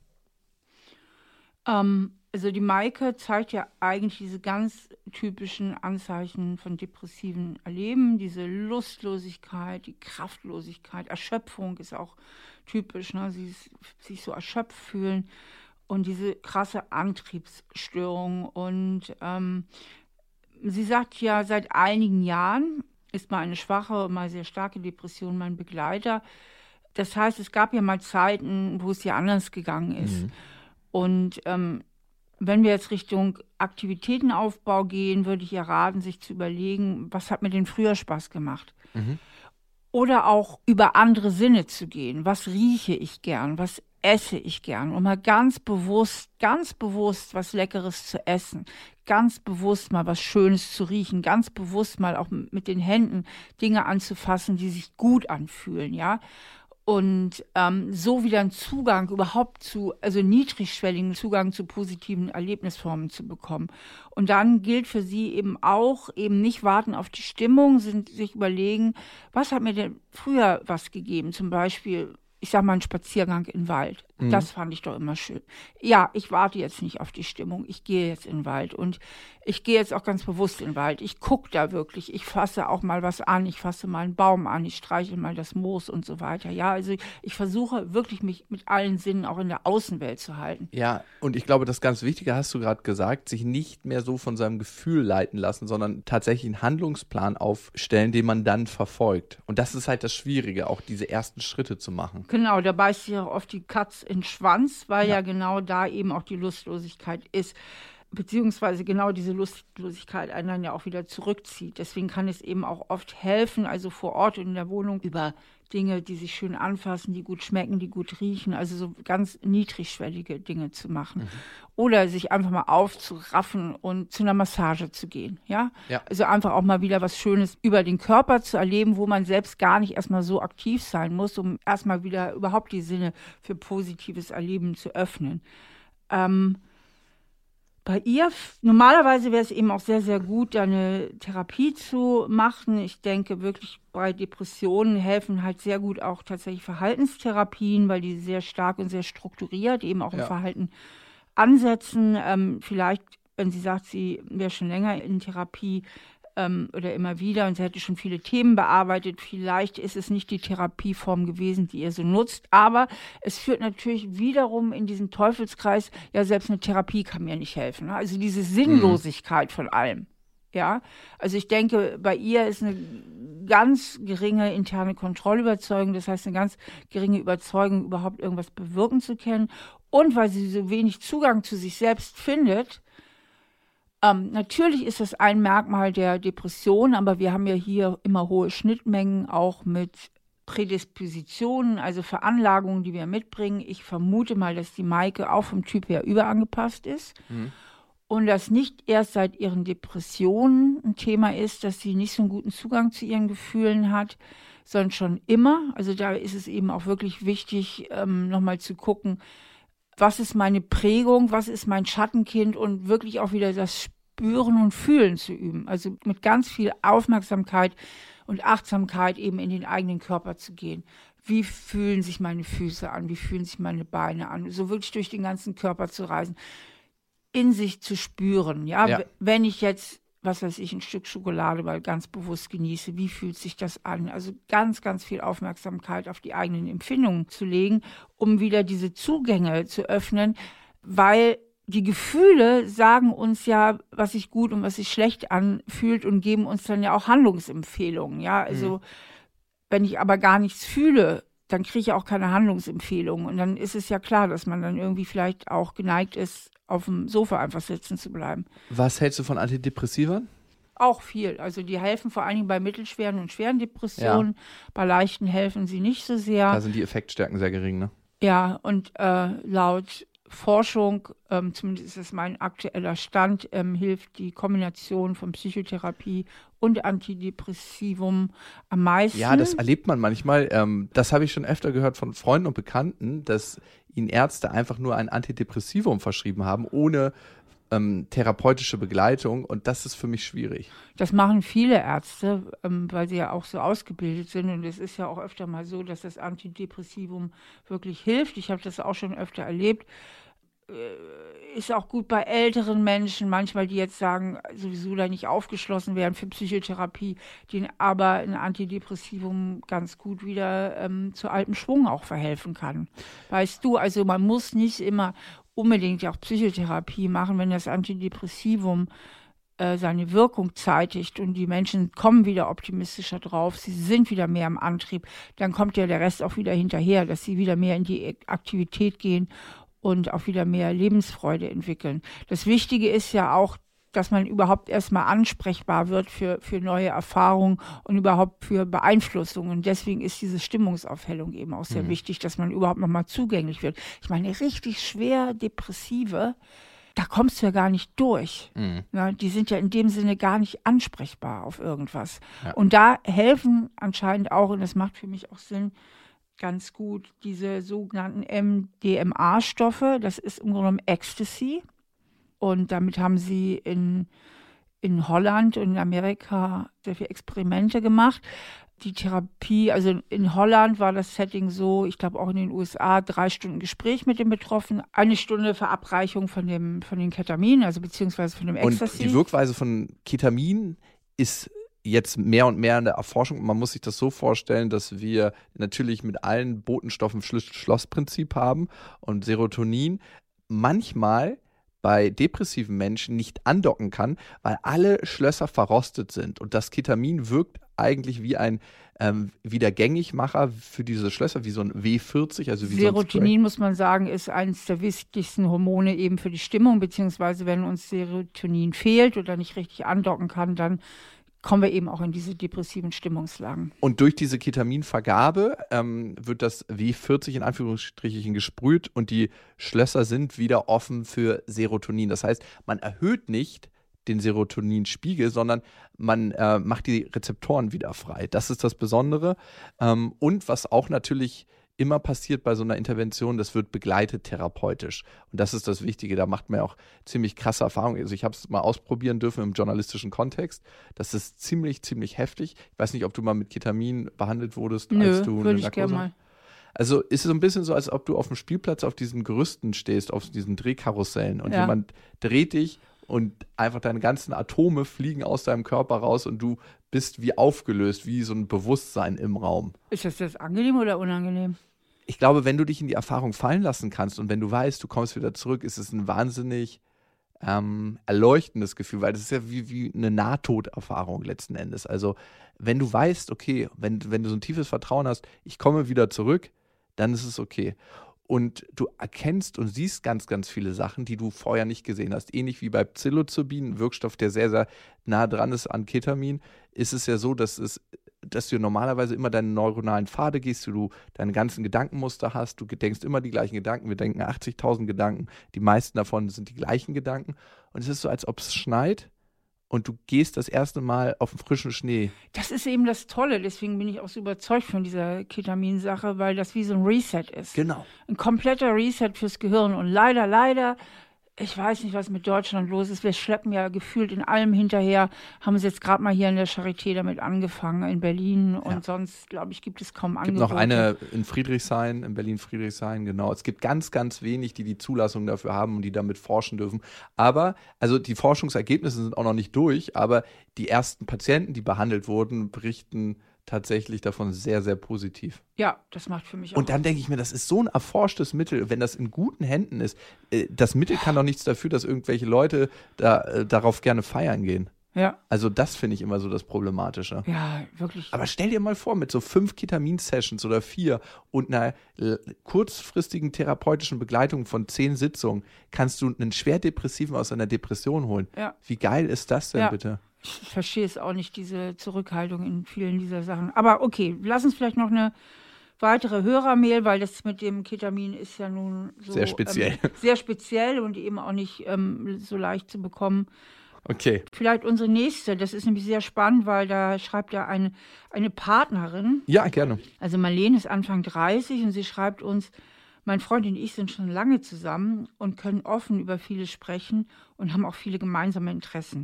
Also die Maike zeigt ja eigentlich diese ganz typischen Anzeichen von depressiven Erleben, diese Lustlosigkeit, die Kraftlosigkeit, Erschöpfung ist auch typisch, ne? Sie sich so erschöpft fühlen und diese krasse Antriebsstörung. Und sie sagt ja, seit einigen Jahren ist mal eine schwache, mal sehr starke Depression mein Begleiter. Das heißt, es gab ja mal Zeiten, wo es ihr anders gegangen ist. Und wenn wir jetzt Richtung Aktivitätenaufbau gehen, würde ich ihr raten, sich zu überlegen, was hat mir denn früher Spaß gemacht? Oder auch über andere Sinne zu gehen. Was rieche ich gern? Was esse ich gern? Und mal ganz bewusst was Leckeres zu essen. Ganz bewusst mal was Schönes zu riechen. Ganz bewusst mal auch mit den Händen Dinge anzufassen, die sich gut anfühlen, ja. Und so wieder einen Zugang überhaupt also niedrigschwelligen Zugang zu positiven Erlebnisformen zu bekommen. Und dann gilt für sie eben auch, eben nicht warten auf die Stimmung, sich überlegen, was hat mir denn früher was gegeben? Zum Beispiel, ich sag mal, ein Spaziergang in den Wald. Das fand ich doch immer schön. Ja, ich warte jetzt nicht auf die Stimmung. Ich gehe jetzt in den Wald. Und ich gehe jetzt auch ganz bewusst in den Wald. Ich gucke da wirklich. Ich fasse auch mal was an. Ich fasse mal einen Baum an. Ich streiche mal das Moos und so weiter. Ja, also ich versuche wirklich, mich mit allen Sinnen auch in der Außenwelt zu halten. Ja, und ich glaube, das ganz Wichtige hast du gerade gesagt, sich nicht mehr so von seinem Gefühl leiten lassen, sondern tatsächlich einen Handlungsplan aufstellen, den man dann verfolgt. Und das ist halt das Schwierige, auch diese ersten Schritte zu machen. Genau, da beißt sich auch oft die Katz in den Schwanz, weil ja genau da eben auch die Lustlosigkeit ist, beziehungsweise genau diese Lustlosigkeit einen dann ja auch wieder zurückzieht. Deswegen kann es eben auch oft helfen, also vor Ort in der Wohnung über Dinge, die sich schön anfassen, die gut schmecken, die gut riechen, also so ganz niedrigschwellige Dinge zu machen. Oder sich einfach mal aufzuraffen und zu einer Massage zu gehen, ja? Also einfach auch mal wieder was Schönes über den Körper zu erleben, wo man selbst gar nicht erstmal so aktiv sein muss, um erstmal wieder überhaupt die Sinne für positives Erleben zu öffnen. Bei ihr, normalerweise wäre es eben auch sehr, sehr gut, da eine Therapie zu machen. Ich denke wirklich, bei Depressionen helfen halt sehr gut auch tatsächlich Verhaltenstherapien, weil die sehr stark und sehr strukturiert eben auch im Verhalten ansetzen. Vielleicht, wenn sie sagt, sie wäre schon länger in Therapie oder immer wieder und sie hätte schon viele Themen bearbeitet, vielleicht ist es nicht die Therapieform gewesen, die ihr so nutzt, aber es führt natürlich wiederum in diesen Teufelskreis, ja, selbst eine Therapie kann mir nicht helfen. Ne? Also diese Sinnlosigkeit von allem. Ja, also ich denke, bei ihr ist eine ganz geringe interne Kontrollüberzeugung, das heißt eine ganz geringe Überzeugung, überhaupt irgendwas bewirken zu können. Und weil sie so wenig Zugang zu sich selbst findet, natürlich ist das ein Merkmal der Depression, aber wir haben ja hier immer hohe Schnittmengen auch mit Prädispositionen, also Veranlagungen, die wir mitbringen. Ich vermute mal, dass die Maike auch vom Typ her überangepasst ist. Und das nicht erst seit ihren Depressionen ein Thema ist, dass sie nicht so einen guten Zugang zu ihren Gefühlen hat, sondern schon immer. Also da ist es eben auch wirklich wichtig, nochmal zu gucken, was ist meine Prägung, was ist mein Schattenkind und wirklich auch wieder das Spüren und Fühlen zu üben. Also mit ganz viel Aufmerksamkeit und Achtsamkeit eben in den eigenen Körper zu gehen. Wie fühlen sich meine Füße an? Wie fühlen sich meine Beine an? So wirklich durch den ganzen Körper zu reisen, in sich zu spüren. Ja? Wenn ich jetzt, was weiß ich, ein Stück Schokolade mal ganz bewusst genieße, wie fühlt sich das an? Also ganz, ganz viel Aufmerksamkeit auf die eigenen Empfindungen zu legen, um wieder diese Zugänge zu öffnen, weil die Gefühle sagen uns ja, was sich gut und was sich schlecht anfühlt und geben uns dann ja auch Handlungsempfehlungen. Ja, also wenn ich aber gar nichts fühle, dann kriege ich auch keine Handlungsempfehlungen. Und dann ist es ja klar, dass man dann irgendwie vielleicht auch geneigt ist, auf dem Sofa einfach sitzen zu bleiben. Was hältst du von Antidepressivern? Auch viel. Also die helfen vor allen Dingen bei mittelschweren und schweren Depressionen. Ja. Bei leichten helfen sie nicht so sehr. Da sind die Effektstärken sehr gering, ne? Ja, und laut Forschung, zumindest ist das mein aktueller Stand, hilft die Kombination von Psychotherapie und Antidepressivum am meisten. Ja, das erlebt man manchmal. Das habe ich schon öfter gehört von Freunden und Bekannten, dass ihnen Ärzte einfach nur ein Antidepressivum verschrieben haben, ohne therapeutische Begleitung, und das ist für mich schwierig. Das machen viele Ärzte, weil sie ja auch so ausgebildet sind, und es ist ja auch öfter mal so, dass das Antidepressivum wirklich hilft. Ich habe das auch schon öfter erlebt. Ist auch gut bei älteren Menschen, manchmal, die jetzt sagen, sowieso da nicht aufgeschlossen werden für Psychotherapie, denen aber ein Antidepressivum ganz gut wieder zu altem Schwung auch verhelfen kann. Weißt du, also man muss nicht immer unbedingt auch Psychotherapie machen, wenn das Antidepressivum seine Wirkung zeitigt und die Menschen kommen wieder optimistischer drauf, sie sind wieder mehr im Antrieb, dann kommt ja der Rest auch wieder hinterher, dass sie wieder mehr in die Aktivität gehen und auch wieder mehr Lebensfreude entwickeln. Das Wichtige ist ja auch, dass man überhaupt erstmal ansprechbar wird für neue Erfahrungen und überhaupt für Beeinflussungen. Und deswegen ist diese Stimmungsaufhellung eben auch sehr wichtig, dass man überhaupt nochmal zugänglich wird. Ich meine, richtig schwer Depressive, da kommst du ja gar nicht durch. Ja, die sind ja in dem Sinne gar nicht ansprechbar auf irgendwas. Ja. Und da helfen anscheinend auch, und das macht für mich auch Sinn, ganz gut diese sogenannten MDMA-Stoffe. Das ist im Grunde genommen Ecstasy. Und damit haben sie in Holland und in Amerika sehr viele Experimente gemacht. Die Therapie, also in Holland war das Setting so, ich glaube auch in den USA, 3 Stunden Gespräch mit dem Betroffenen, 1 Stunde Verabreichung von den Ketamin, also beziehungsweise von dem Ecstasy. Und die Wirkweise von Ketamin ist jetzt mehr und mehr in der Erforschung. Man muss sich das so vorstellen, dass wir natürlich mit allen Botenstoffen Schloss-Prinzip haben und Serotonin manchmal bei depressiven Menschen nicht andocken kann, weil alle Schlösser verrostet sind. Und das Ketamin wirkt eigentlich wie ein Wiedergängigmacher für diese Schlösser, wie so ein W40. Also wie Serotonin, so ein muss man sagen, ist eines der wichtigsten Hormone eben für die Stimmung, beziehungsweise wenn uns Serotonin fehlt oder nicht richtig andocken kann, dann kommen wir eben auch in diese depressiven Stimmungslagen. Und durch diese Ketaminvergabe wird das W40 in Anführungsstrichen gesprüht und die Schlösser sind wieder offen für Serotonin. Das heißt, man erhöht nicht den Serotoninspiegel, sondern man macht die Rezeptoren wieder frei. Das ist das Besondere. Und was auch natürlich immer passiert bei so einer Intervention, das wird begleitet therapeutisch. Und das ist das Wichtige, da macht man auch ziemlich krasse Erfahrungen. Also ich habe es mal ausprobieren dürfen im journalistischen Kontext. Das ist ziemlich, ziemlich heftig. Ich weiß nicht, ob du mal mit Ketamin behandelt wurdest, als du würde ich gerne mal. Also ist es so ein bisschen so, als ob du auf dem Spielplatz auf diesen Gerüsten stehst, auf diesen Drehkarussellen und jemand dreht dich und einfach deine ganzen Atome fliegen aus deinem Körper raus und du bist wie aufgelöst, wie so ein Bewusstsein im Raum. Ist das angenehm oder unangenehm? Ich glaube, wenn du dich in die Erfahrung fallen lassen kannst und wenn du weißt, du kommst wieder zurück, ist es ein wahnsinnig erleuchtendes Gefühl, weil das ist ja wie eine Nahtoderfahrung letzten Endes. Also wenn du weißt, okay, wenn du so ein tiefes Vertrauen hast, ich komme wieder zurück, dann ist es okay. Und du erkennst und siehst ganz, ganz viele Sachen, die du vorher nicht gesehen hast. Ähnlich wie bei Psilocybin, ein Wirkstoff, der sehr, sehr nah dran ist an Ketamin, ist es ja so, dass es dass du normalerweise immer deine neuronalen Pfade gehst, du deine ganzen Gedankenmuster hast, du denkst immer die gleichen Gedanken, wir denken 80.000 Gedanken, die meisten davon sind die gleichen Gedanken und es ist so, als ob es schneit und du gehst das erste Mal auf den frischen Schnee. Das ist eben das Tolle, deswegen bin ich auch so überzeugt von dieser Ketamin-Sache, weil das wie so ein Reset ist. Genau. Ein kompletter Reset fürs Gehirn und leider, ich weiß nicht, was mit Deutschland los ist. Wir schleppen ja gefühlt in allem hinterher. Haben sie jetzt gerade mal hier in der Charité damit angefangen, in Berlin. Und sonst, glaube ich, gibt es kaum Angebote. Es gibt noch eine in Friedrichshain, in Berlin-Friedrichshain, genau. Es gibt ganz, ganz wenig, die Zulassung dafür haben und die damit forschen dürfen. Aber, also die Forschungsergebnisse sind auch noch nicht durch, aber die ersten Patienten, die behandelt wurden, berichten tatsächlich davon sehr, sehr positiv. Ja, das macht für mich auch. Und dann denke ich mir, das ist so ein erforschtes Mittel, wenn das in guten Händen ist. Das Mittel kann doch nichts dafür, dass irgendwelche Leute darauf gerne feiern gehen. Ja. Also das finde ich immer so das Problematische. Ja, wirklich. Aber stell dir mal vor, mit so 5 Ketamin-Sessions oder 4 und einer kurzfristigen therapeutischen Begleitung von 10 Sitzungen kannst du einen Schwerdepressiven aus einer Depression holen. Ja. Wie geil ist das denn bitte? Ich verstehe es auch nicht, diese Zurückhaltung in vielen dieser Sachen. Aber okay, lass uns vielleicht noch eine weitere Hörermail, weil das mit dem Ketamin ist ja nun so sehr speziell. Sehr speziell und eben auch nicht so leicht zu bekommen. Okay. Vielleicht unsere nächste, das ist nämlich sehr spannend, weil da schreibt ja eine Partnerin. Ja, gerne. Also Marlene ist Anfang 30 und sie schreibt uns, mein Freund und ich sind schon lange zusammen und können offen über vieles sprechen und haben auch viele gemeinsame Interessen.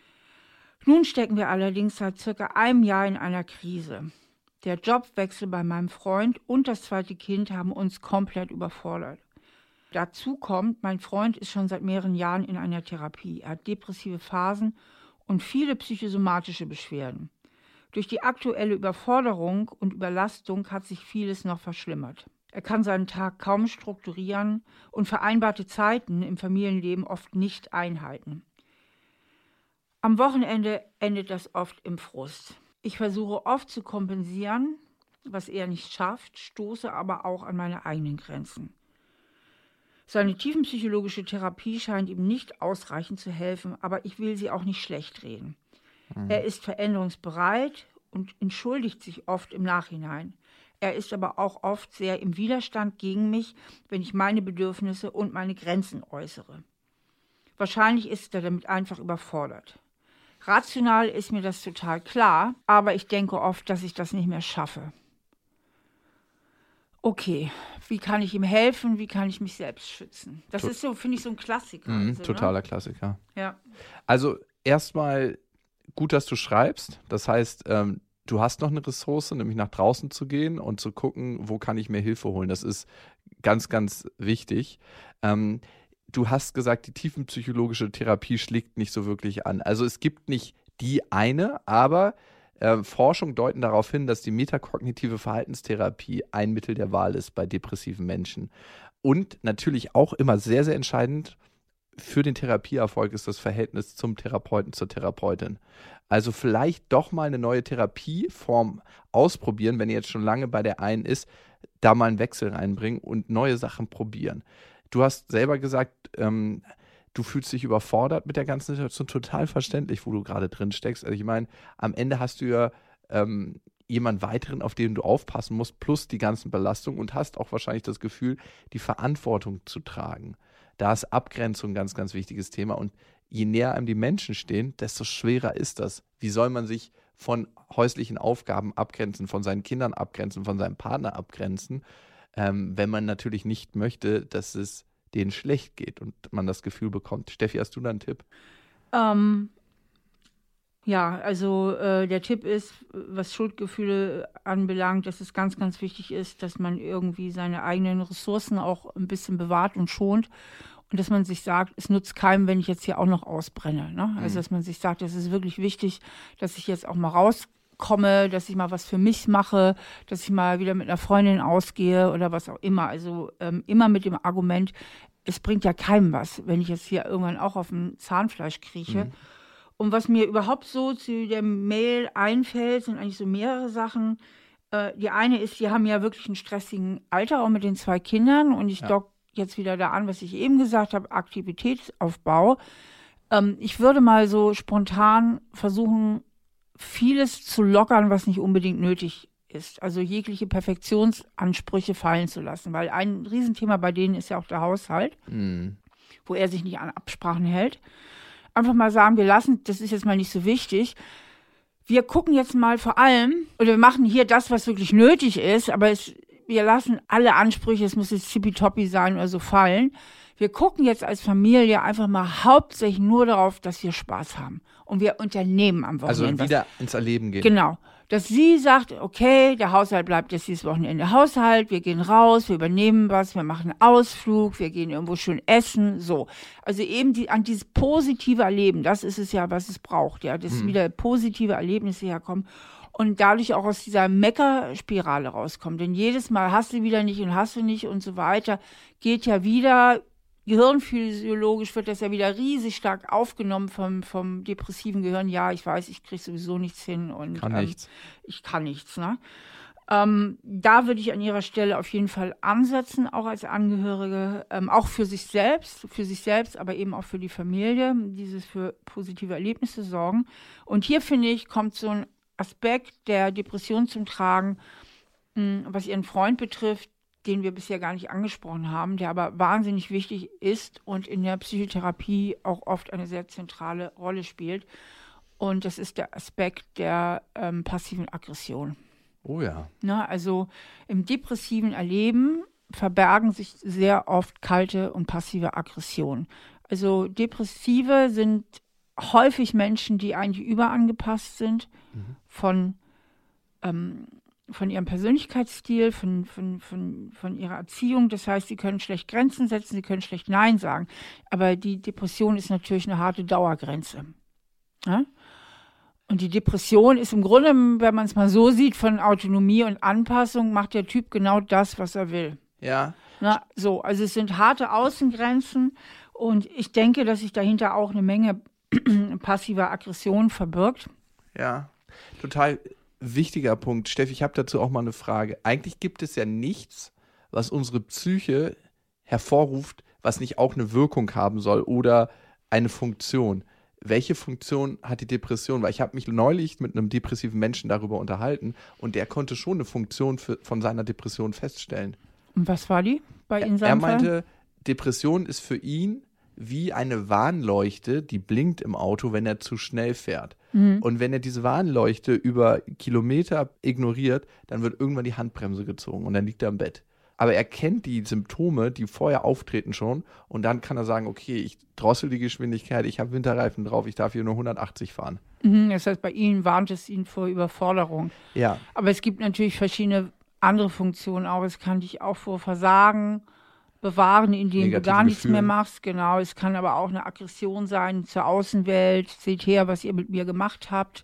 Nun stecken wir allerdings seit circa einem Jahr in einer Krise. Der Jobwechsel bei meinem Freund und das zweite Kind haben uns komplett überfordert. Dazu kommt, mein Freund ist schon seit mehreren Jahren in einer Therapie. Er hat depressive Phasen und viele psychosomatische Beschwerden. Durch die aktuelle Überforderung und Überlastung hat sich vieles noch verschlimmert. Er kann seinen Tag kaum strukturieren und vereinbarte Zeiten im Familienleben oft nicht einhalten. Am Wochenende endet das oft im Frust. Ich versuche oft zu kompensieren, was er nicht schafft, stoße aber auch an meine eigenen Grenzen. Seine tiefenpsychologische Therapie scheint ihm nicht ausreichend zu helfen, aber ich will sie auch nicht schlecht reden. Er ist veränderungsbereit und entschuldigt sich oft im Nachhinein. Er ist aber auch oft sehr im Widerstand gegen mich, wenn ich meine Bedürfnisse und meine Grenzen äußere. Wahrscheinlich ist er damit einfach überfordert. Rational ist mir das total klar, aber ich denke oft, dass ich das nicht mehr schaffe. Okay, wie kann ich ihm helfen? Wie kann ich mich selbst schützen? Das ist so, finde ich, so ein Klassiker. Also, totaler Klassiker. Ja. Also erstmal gut, dass du schreibst. Das heißt, du hast noch eine Ressource, nämlich nach draußen zu gehen und zu gucken, wo kann ich mir Hilfe holen. Das ist ganz, ganz wichtig. Du hast gesagt, die tiefenpsychologische Therapie schlägt nicht so wirklich an. Also es gibt nicht die eine, aber Forschung deuten darauf hin, dass die metakognitive Verhaltenstherapie ein Mittel der Wahl ist bei depressiven Menschen. Und natürlich auch immer sehr, sehr entscheidend für den Therapieerfolg ist das Verhältnis zum Therapeuten, zur Therapeutin. Also vielleicht doch mal eine neue Therapieform ausprobieren, wenn ihr jetzt schon lange bei der einen ist, da mal einen Wechsel reinbringen und neue Sachen probieren. Du hast selber gesagt, du fühlst dich überfordert mit der ganzen Situation, total verständlich, wo du gerade drin steckst. Also ich meine, am Ende hast du ja jemanden weiteren, auf den du aufpassen musst, plus die ganzen Belastungen und hast auch wahrscheinlich das Gefühl, die Verantwortung zu tragen. Da ist Abgrenzung ein ganz, ganz wichtiges Thema und je näher einem die Menschen stehen, desto schwerer ist das. Wie soll man sich von häuslichen Aufgaben abgrenzen, von seinen Kindern abgrenzen, von seinem Partner abgrenzen, wenn man natürlich nicht möchte, dass es denen schlecht geht und man das Gefühl bekommt. Steffi, hast du da einen Tipp? Ja, also der Tipp ist, was Schuldgefühle anbelangt, dass es ganz, ganz wichtig ist, dass man irgendwie seine eigenen Ressourcen auch ein bisschen bewahrt und schont und dass man sich sagt, es nutzt keinem, wenn ich jetzt hier auch noch ausbrenne. Ne? Also dass man sich sagt, es ist wirklich wichtig, dass ich jetzt auch mal rauskomme, dass ich mal was für mich mache, dass ich mal wieder mit einer Freundin ausgehe oder was auch immer. Also immer mit dem Argument, es bringt ja keinem was, wenn ich jetzt hier irgendwann auch auf dem Zahnfleisch krieche. Und was mir überhaupt so zu der Mail einfällt, sind eigentlich so mehrere Sachen. Die eine ist, die haben ja wirklich einen stressigen Alter, auch mit den 2 Kindern. Und ich dock jetzt wieder da an, was ich eben gesagt habe, Aktivitätsaufbau. Ich würde mal so spontan versuchen, vieles zu lockern, was nicht unbedingt nötig ist. Also jegliche Perfektionsansprüche fallen zu lassen, weil ein Riesenthema bei denen ist ja auch der Haushalt, wo er sich nicht an Absprachen hält. Einfach mal sagen, wir lassen, das ist jetzt mal nicht so wichtig. Wir gucken jetzt mal vor allem, oder wir machen hier das, was wirklich nötig ist, aber wir lassen alle Ansprüche, es muss jetzt tippitoppi sein oder so, fallen. Wir gucken jetzt als Familie einfach mal hauptsächlich nur darauf, dass wir Spaß haben. Und wir unternehmen am Wochenende. Also wieder ins Erleben gehen. Genau. Dass sie sagt, okay, der Haushalt bleibt jetzt dieses Wochenende Haushalt, wir gehen raus, wir übernehmen was, wir machen einen Ausflug, wir gehen irgendwo schön essen, so. Also eben an dieses positive Erleben, das ist es ja, was es braucht, ja, dass wieder positive Erlebnisse herkommen und dadurch auch aus dieser Meckerspirale rauskommen. Denn jedes Mal hast du wieder nicht und hast du nicht und so weiter, geht ja wieder. Gehirnphysiologisch wird das ja wieder riesig stark aufgenommen vom depressiven Gehirn. Ja, ich weiß, ich kriege sowieso nichts hin und ich kann nichts. Ne? Da würde ich an ihrer Stelle auf jeden Fall ansetzen, auch als Angehörige, auch für sich selbst, aber eben auch für die Familie, dieses für positive Erlebnisse sorgen. Und hier, finde ich, kommt so ein Aspekt der Depression zum Tragen, was ihren Freund betrifft, den wir bisher gar nicht angesprochen haben, der aber wahnsinnig wichtig ist und in der Psychotherapie auch oft eine sehr zentrale Rolle spielt. Und das ist der Aspekt der passiven Aggression. Oh ja. Also im depressiven Erleben verbergen sich sehr oft kalte und passive Aggression. Also Depressive sind häufig Menschen, die eigentlich überangepasst sind von ihrem Persönlichkeitsstil, von ihrer Erziehung. Das heißt, sie können schlecht Grenzen setzen, sie können schlecht Nein sagen. Aber die Depression ist natürlich eine harte Dauergrenze. Ja? Und die Depression ist im Grunde, wenn man es mal so sieht, von Autonomie und Anpassung, macht der Typ genau das, was er will. Ja. Also es sind harte Außengrenzen und ich denke, dass sich dahinter auch eine Menge passiver Aggression verbirgt. Ja, total wichtiger Punkt. Steffi, ich habe dazu auch mal eine Frage. Eigentlich gibt es ja nichts, was unsere Psyche hervorruft, was nicht auch eine Wirkung haben soll oder eine Funktion. Welche Funktion hat die Depression? Weil ich habe mich neulich mit einem depressiven Menschen darüber unterhalten und der konnte schon eine Funktion von seiner Depression feststellen. Und was war die bei Ihnen? Er meinte, Depression ist für ihn wie eine Warnleuchte, die blinkt im Auto, wenn er zu schnell fährt. Und wenn er diese Warnleuchte über Kilometer ignoriert, dann wird irgendwann die Handbremse gezogen und dann liegt er im Bett. Aber er kennt die Symptome, die vorher auftreten schon und dann kann er sagen, okay, ich drossel die Geschwindigkeit, ich habe Winterreifen drauf, ich darf hier nur 180 fahren. Das heißt, bei Ihnen warnt es ihn vor Überforderung. Ja. Aber es gibt natürlich verschiedene andere Funktionen auch. Es kann dich auch vor Versagen bewahren, indem du gar nichts mehr machst. Genau, es kann aber auch eine Aggression sein zur Außenwelt. Seht her, was ihr mit mir gemacht habt.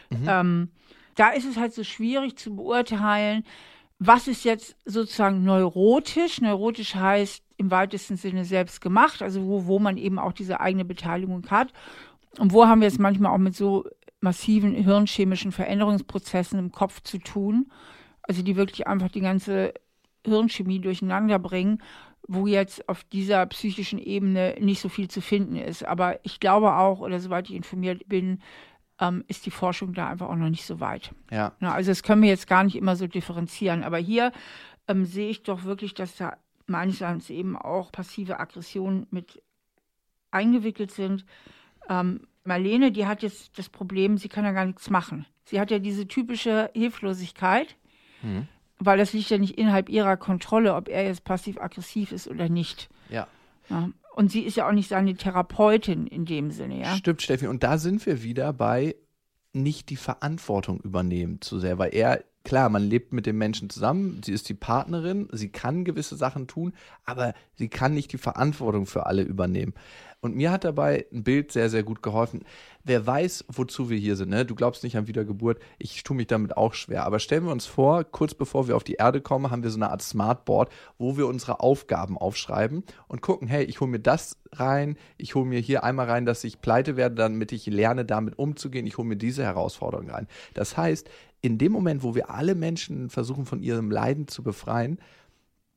Da ist es halt so schwierig zu beurteilen, was ist jetzt sozusagen neurotisch. Neurotisch heißt im weitesten Sinne selbst gemacht, also wo man eben auch diese eigene Beteiligung hat. Und wo haben wir es manchmal auch mit so massiven hirnchemischen Veränderungsprozessen im Kopf zu tun, also die wirklich einfach die ganze Hirnchemie durcheinander bringen, wo jetzt auf dieser psychischen Ebene nicht so viel zu finden ist. Aber ich glaube auch, oder soweit ich informiert bin, ist die Forschung da einfach auch noch nicht so weit. Ja. Also das können wir jetzt gar nicht immer so differenzieren. Aber hier sehe ich doch wirklich, dass da meines Erachtens eben auch passive Aggressionen mit eingewickelt sind. Marlene, die hat jetzt das Problem, sie kann ja gar nichts machen. Sie hat ja diese typische Hilflosigkeit, weil das liegt ja nicht innerhalb ihrer Kontrolle, ob er jetzt passiv-aggressiv ist oder nicht. Ja. Und sie ist ja auch nicht seine Therapeutin in dem Sinne, ja. Stimmt, Steffi. Und da sind wir wieder bei nicht die Verantwortung übernehmen zu sehr, weil klar, man lebt mit dem Menschen zusammen, sie ist die Partnerin, sie kann gewisse Sachen tun, aber sie kann nicht die Verantwortung für alle übernehmen. Und mir hat dabei ein Bild sehr, sehr gut geholfen. Wer weiß, wozu wir hier sind, ne? Du glaubst nicht an Wiedergeburt, ich tue mich damit auch schwer. Aber stellen wir uns vor, kurz bevor wir auf die Erde kommen, haben wir so eine Art Smartboard, wo wir unsere Aufgaben aufschreiben und gucken, hey, ich hole mir das rein, ich hole mir hier einmal rein, dass ich pleite werde, damit ich lerne, damit umzugehen, ich hole mir diese Herausforderung rein. Das heißt, in dem Moment, wo wir alle Menschen versuchen, von ihrem Leiden zu befreien,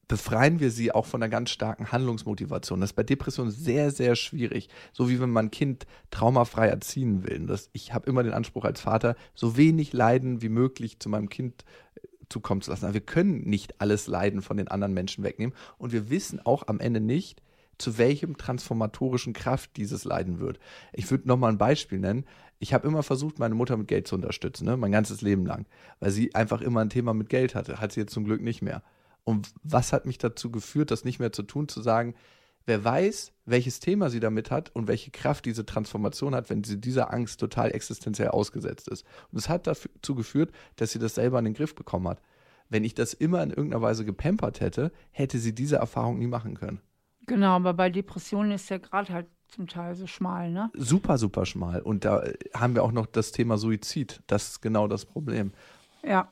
befreien wir sie auch von einer ganz starken Handlungsmotivation. Das ist bei Depressionen sehr, sehr schwierig. So wie wenn man ein Kind traumafrei erziehen will. Ich habe immer den Anspruch als Vater, so wenig Leiden wie möglich zu meinem Kind zukommen zu lassen. Aber wir können nicht alles Leiden von den anderen Menschen wegnehmen. Und wir wissen auch am Ende nicht, zu welchem transformatorischen Kraft dieses Leiden wird. Ich würde nochmal ein Beispiel nennen. Ich habe immer versucht, meine Mutter mit Geld zu unterstützen, ne? Mein ganzes Leben lang. Weil sie einfach immer ein Thema mit Geld hatte. Hat sie jetzt zum Glück nicht mehr. Und was hat mich dazu geführt, das nicht mehr zu tun, zu sagen, wer weiß, welches Thema sie damit hat und welche Kraft diese Transformation hat, wenn sie dieser Angst total existenziell ausgesetzt ist. Und es hat dazu geführt, dass sie das selber in den Griff bekommen hat. Wenn ich das immer in irgendeiner Weise gepampert hätte, hätte sie diese Erfahrung nie machen können. Genau, aber bei Depressionen ist der Grad halt zum Teil so schmal, ne? Super, super schmal. Und da haben wir auch noch das Thema Suizid. Das ist genau das Problem. Ja.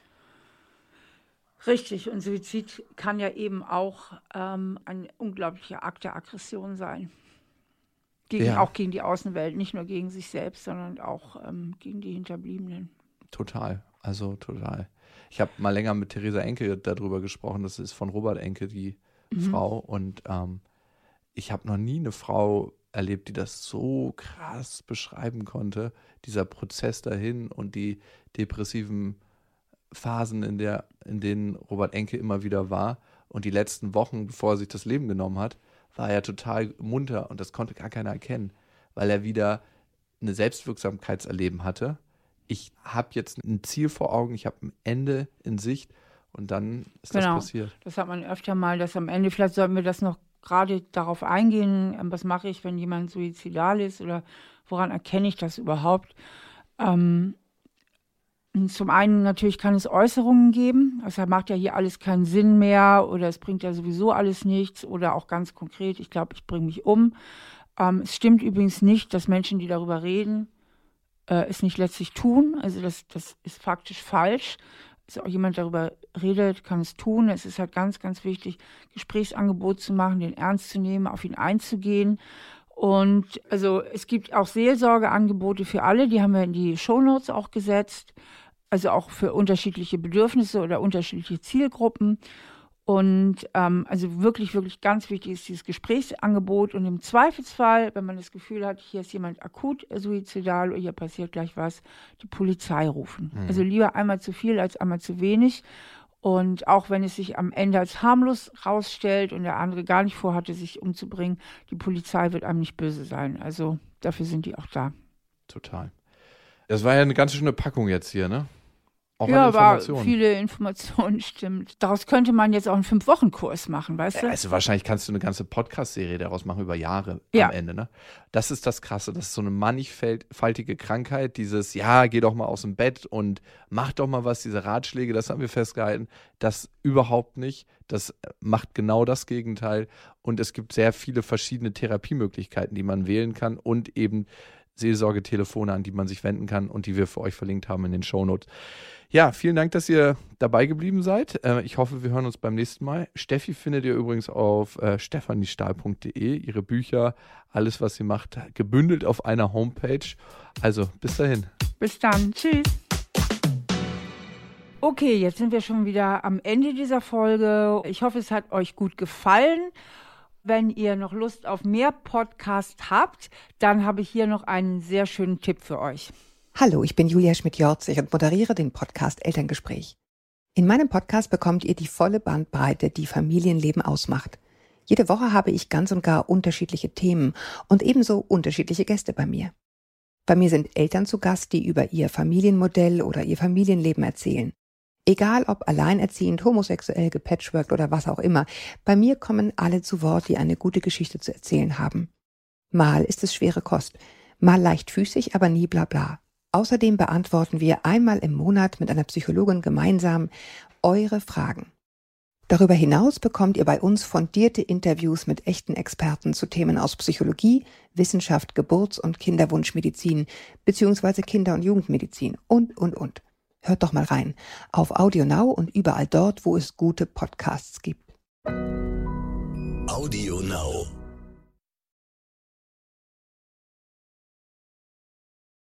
Richtig, und Suizid kann ja eben auch ein unglaublicher Akt der Aggression sein. Auch gegen die Außenwelt, nicht nur gegen sich selbst, sondern auch gegen die Hinterbliebenen. Total, also total. Ich habe mal länger mit Theresa Enke darüber gesprochen, das ist von Robert Enke, die Frau. Und ich habe noch nie eine Frau erlebt, die das so krass beschreiben konnte, dieser Prozess dahin und die depressiven Phasen, in denen Robert Enke immer wieder war. Und die letzten Wochen, bevor er sich das Leben genommen hat, war er total munter und das konnte gar keiner erkennen, weil er wieder eine Selbstwirksamkeitserleben hatte. Ich habe jetzt ein Ziel vor Augen, ich habe ein Ende in Sicht und dann ist das passiert. Das hat man öfter mal, dass am Ende, vielleicht sollten wir das noch gerade darauf eingehen, was mache ich, wenn jemand suizidal ist oder woran erkenne ich das überhaupt? Zum einen natürlich kann es Äußerungen geben, also macht ja hier alles keinen Sinn mehr oder es bringt ja sowieso alles nichts oder auch ganz konkret, ich glaube, ich bringe mich um. Es stimmt übrigens nicht, dass Menschen, die darüber reden, es nicht letztlich tun, also das ist faktisch falsch. Dass auch jemand darüber redet, kann es tun. Es ist halt ganz, ganz wichtig, Gesprächsangebot zu machen, den ernst zu nehmen, auf ihn einzugehen. Und also es gibt auch Seelsorgeangebote für alle, die haben wir in die Shownotes auch gesetzt, also auch für unterschiedliche Bedürfnisse oder unterschiedliche Zielgruppen. Und also wirklich, wirklich ganz wichtig ist dieses Gesprächsangebot. Und im Zweifelsfall, wenn man das Gefühl hat, hier ist jemand akut suizidal oder hier passiert gleich was, die Polizei rufen. Also lieber einmal zu viel als einmal zu wenig. Und auch wenn es sich am Ende als harmlos rausstellt und der andere gar nicht vorhatte, sich umzubringen, die Polizei wird einem nicht böse sein. Also dafür sind die auch da. Total. Das war ja eine ganz schöne Packung jetzt hier, ne? Auch ja, aber viele Informationen, stimmt. Daraus könnte man jetzt auch einen 5-Wochen-Kurs machen, weißt du? Also wahrscheinlich kannst du eine ganze Podcast-Serie daraus machen über Jahre am Ende, ne? Das ist das Krasse, das ist so eine mannigfaltige Krankheit, dieses, geh doch mal aus dem Bett und mach doch mal was, diese Ratschläge, das haben wir festgehalten, das überhaupt nicht, das macht genau das Gegenteil und es gibt sehr viele verschiedene Therapiemöglichkeiten, die man wählen kann und eben Seelsorgetelefone, an die man sich wenden kann und die wir für euch verlinkt haben in den Shownotes. Ja, vielen Dank, dass ihr dabei geblieben seid. Ich hoffe, wir hören uns beim nächsten Mal. Steffi findet ihr übrigens auf stephaniestahl.de. Ihre Bücher, alles, was sie macht, gebündelt auf einer Homepage. Also, bis dahin. Bis dann. Tschüss. Okay, jetzt sind wir schon wieder am Ende dieser Folge. Ich hoffe, es hat euch gut gefallen. Wenn ihr noch Lust auf mehr Podcast habt, dann habe ich hier noch einen sehr schönen Tipp für euch. Hallo, ich bin Julia Schmidt-Jorzig und moderiere den Podcast Elterngespräch. In meinem Podcast bekommt ihr die volle Bandbreite, die Familienleben ausmacht. Jede Woche habe ich ganz und gar unterschiedliche Themen und ebenso unterschiedliche Gäste bei mir. Bei mir sind Eltern zu Gast, die über ihr Familienmodell oder ihr Familienleben erzählen. Egal ob alleinerziehend, homosexuell, gepatchworkt oder was auch immer, bei mir kommen alle zu Wort, die eine gute Geschichte zu erzählen haben. Mal ist es schwere Kost, mal leichtfüßig, aber nie blabla. Außerdem beantworten wir einmal im Monat mit einer Psychologin gemeinsam eure Fragen. Darüber hinaus bekommt ihr bei uns fundierte Interviews mit echten Experten zu Themen aus Psychologie, Wissenschaft, Geburts- und Kinderwunschmedizin bzw. Kinder- und Jugendmedizin und. Hört doch mal rein auf AudioNow und überall dort, wo es gute Podcasts gibt. AudioNow.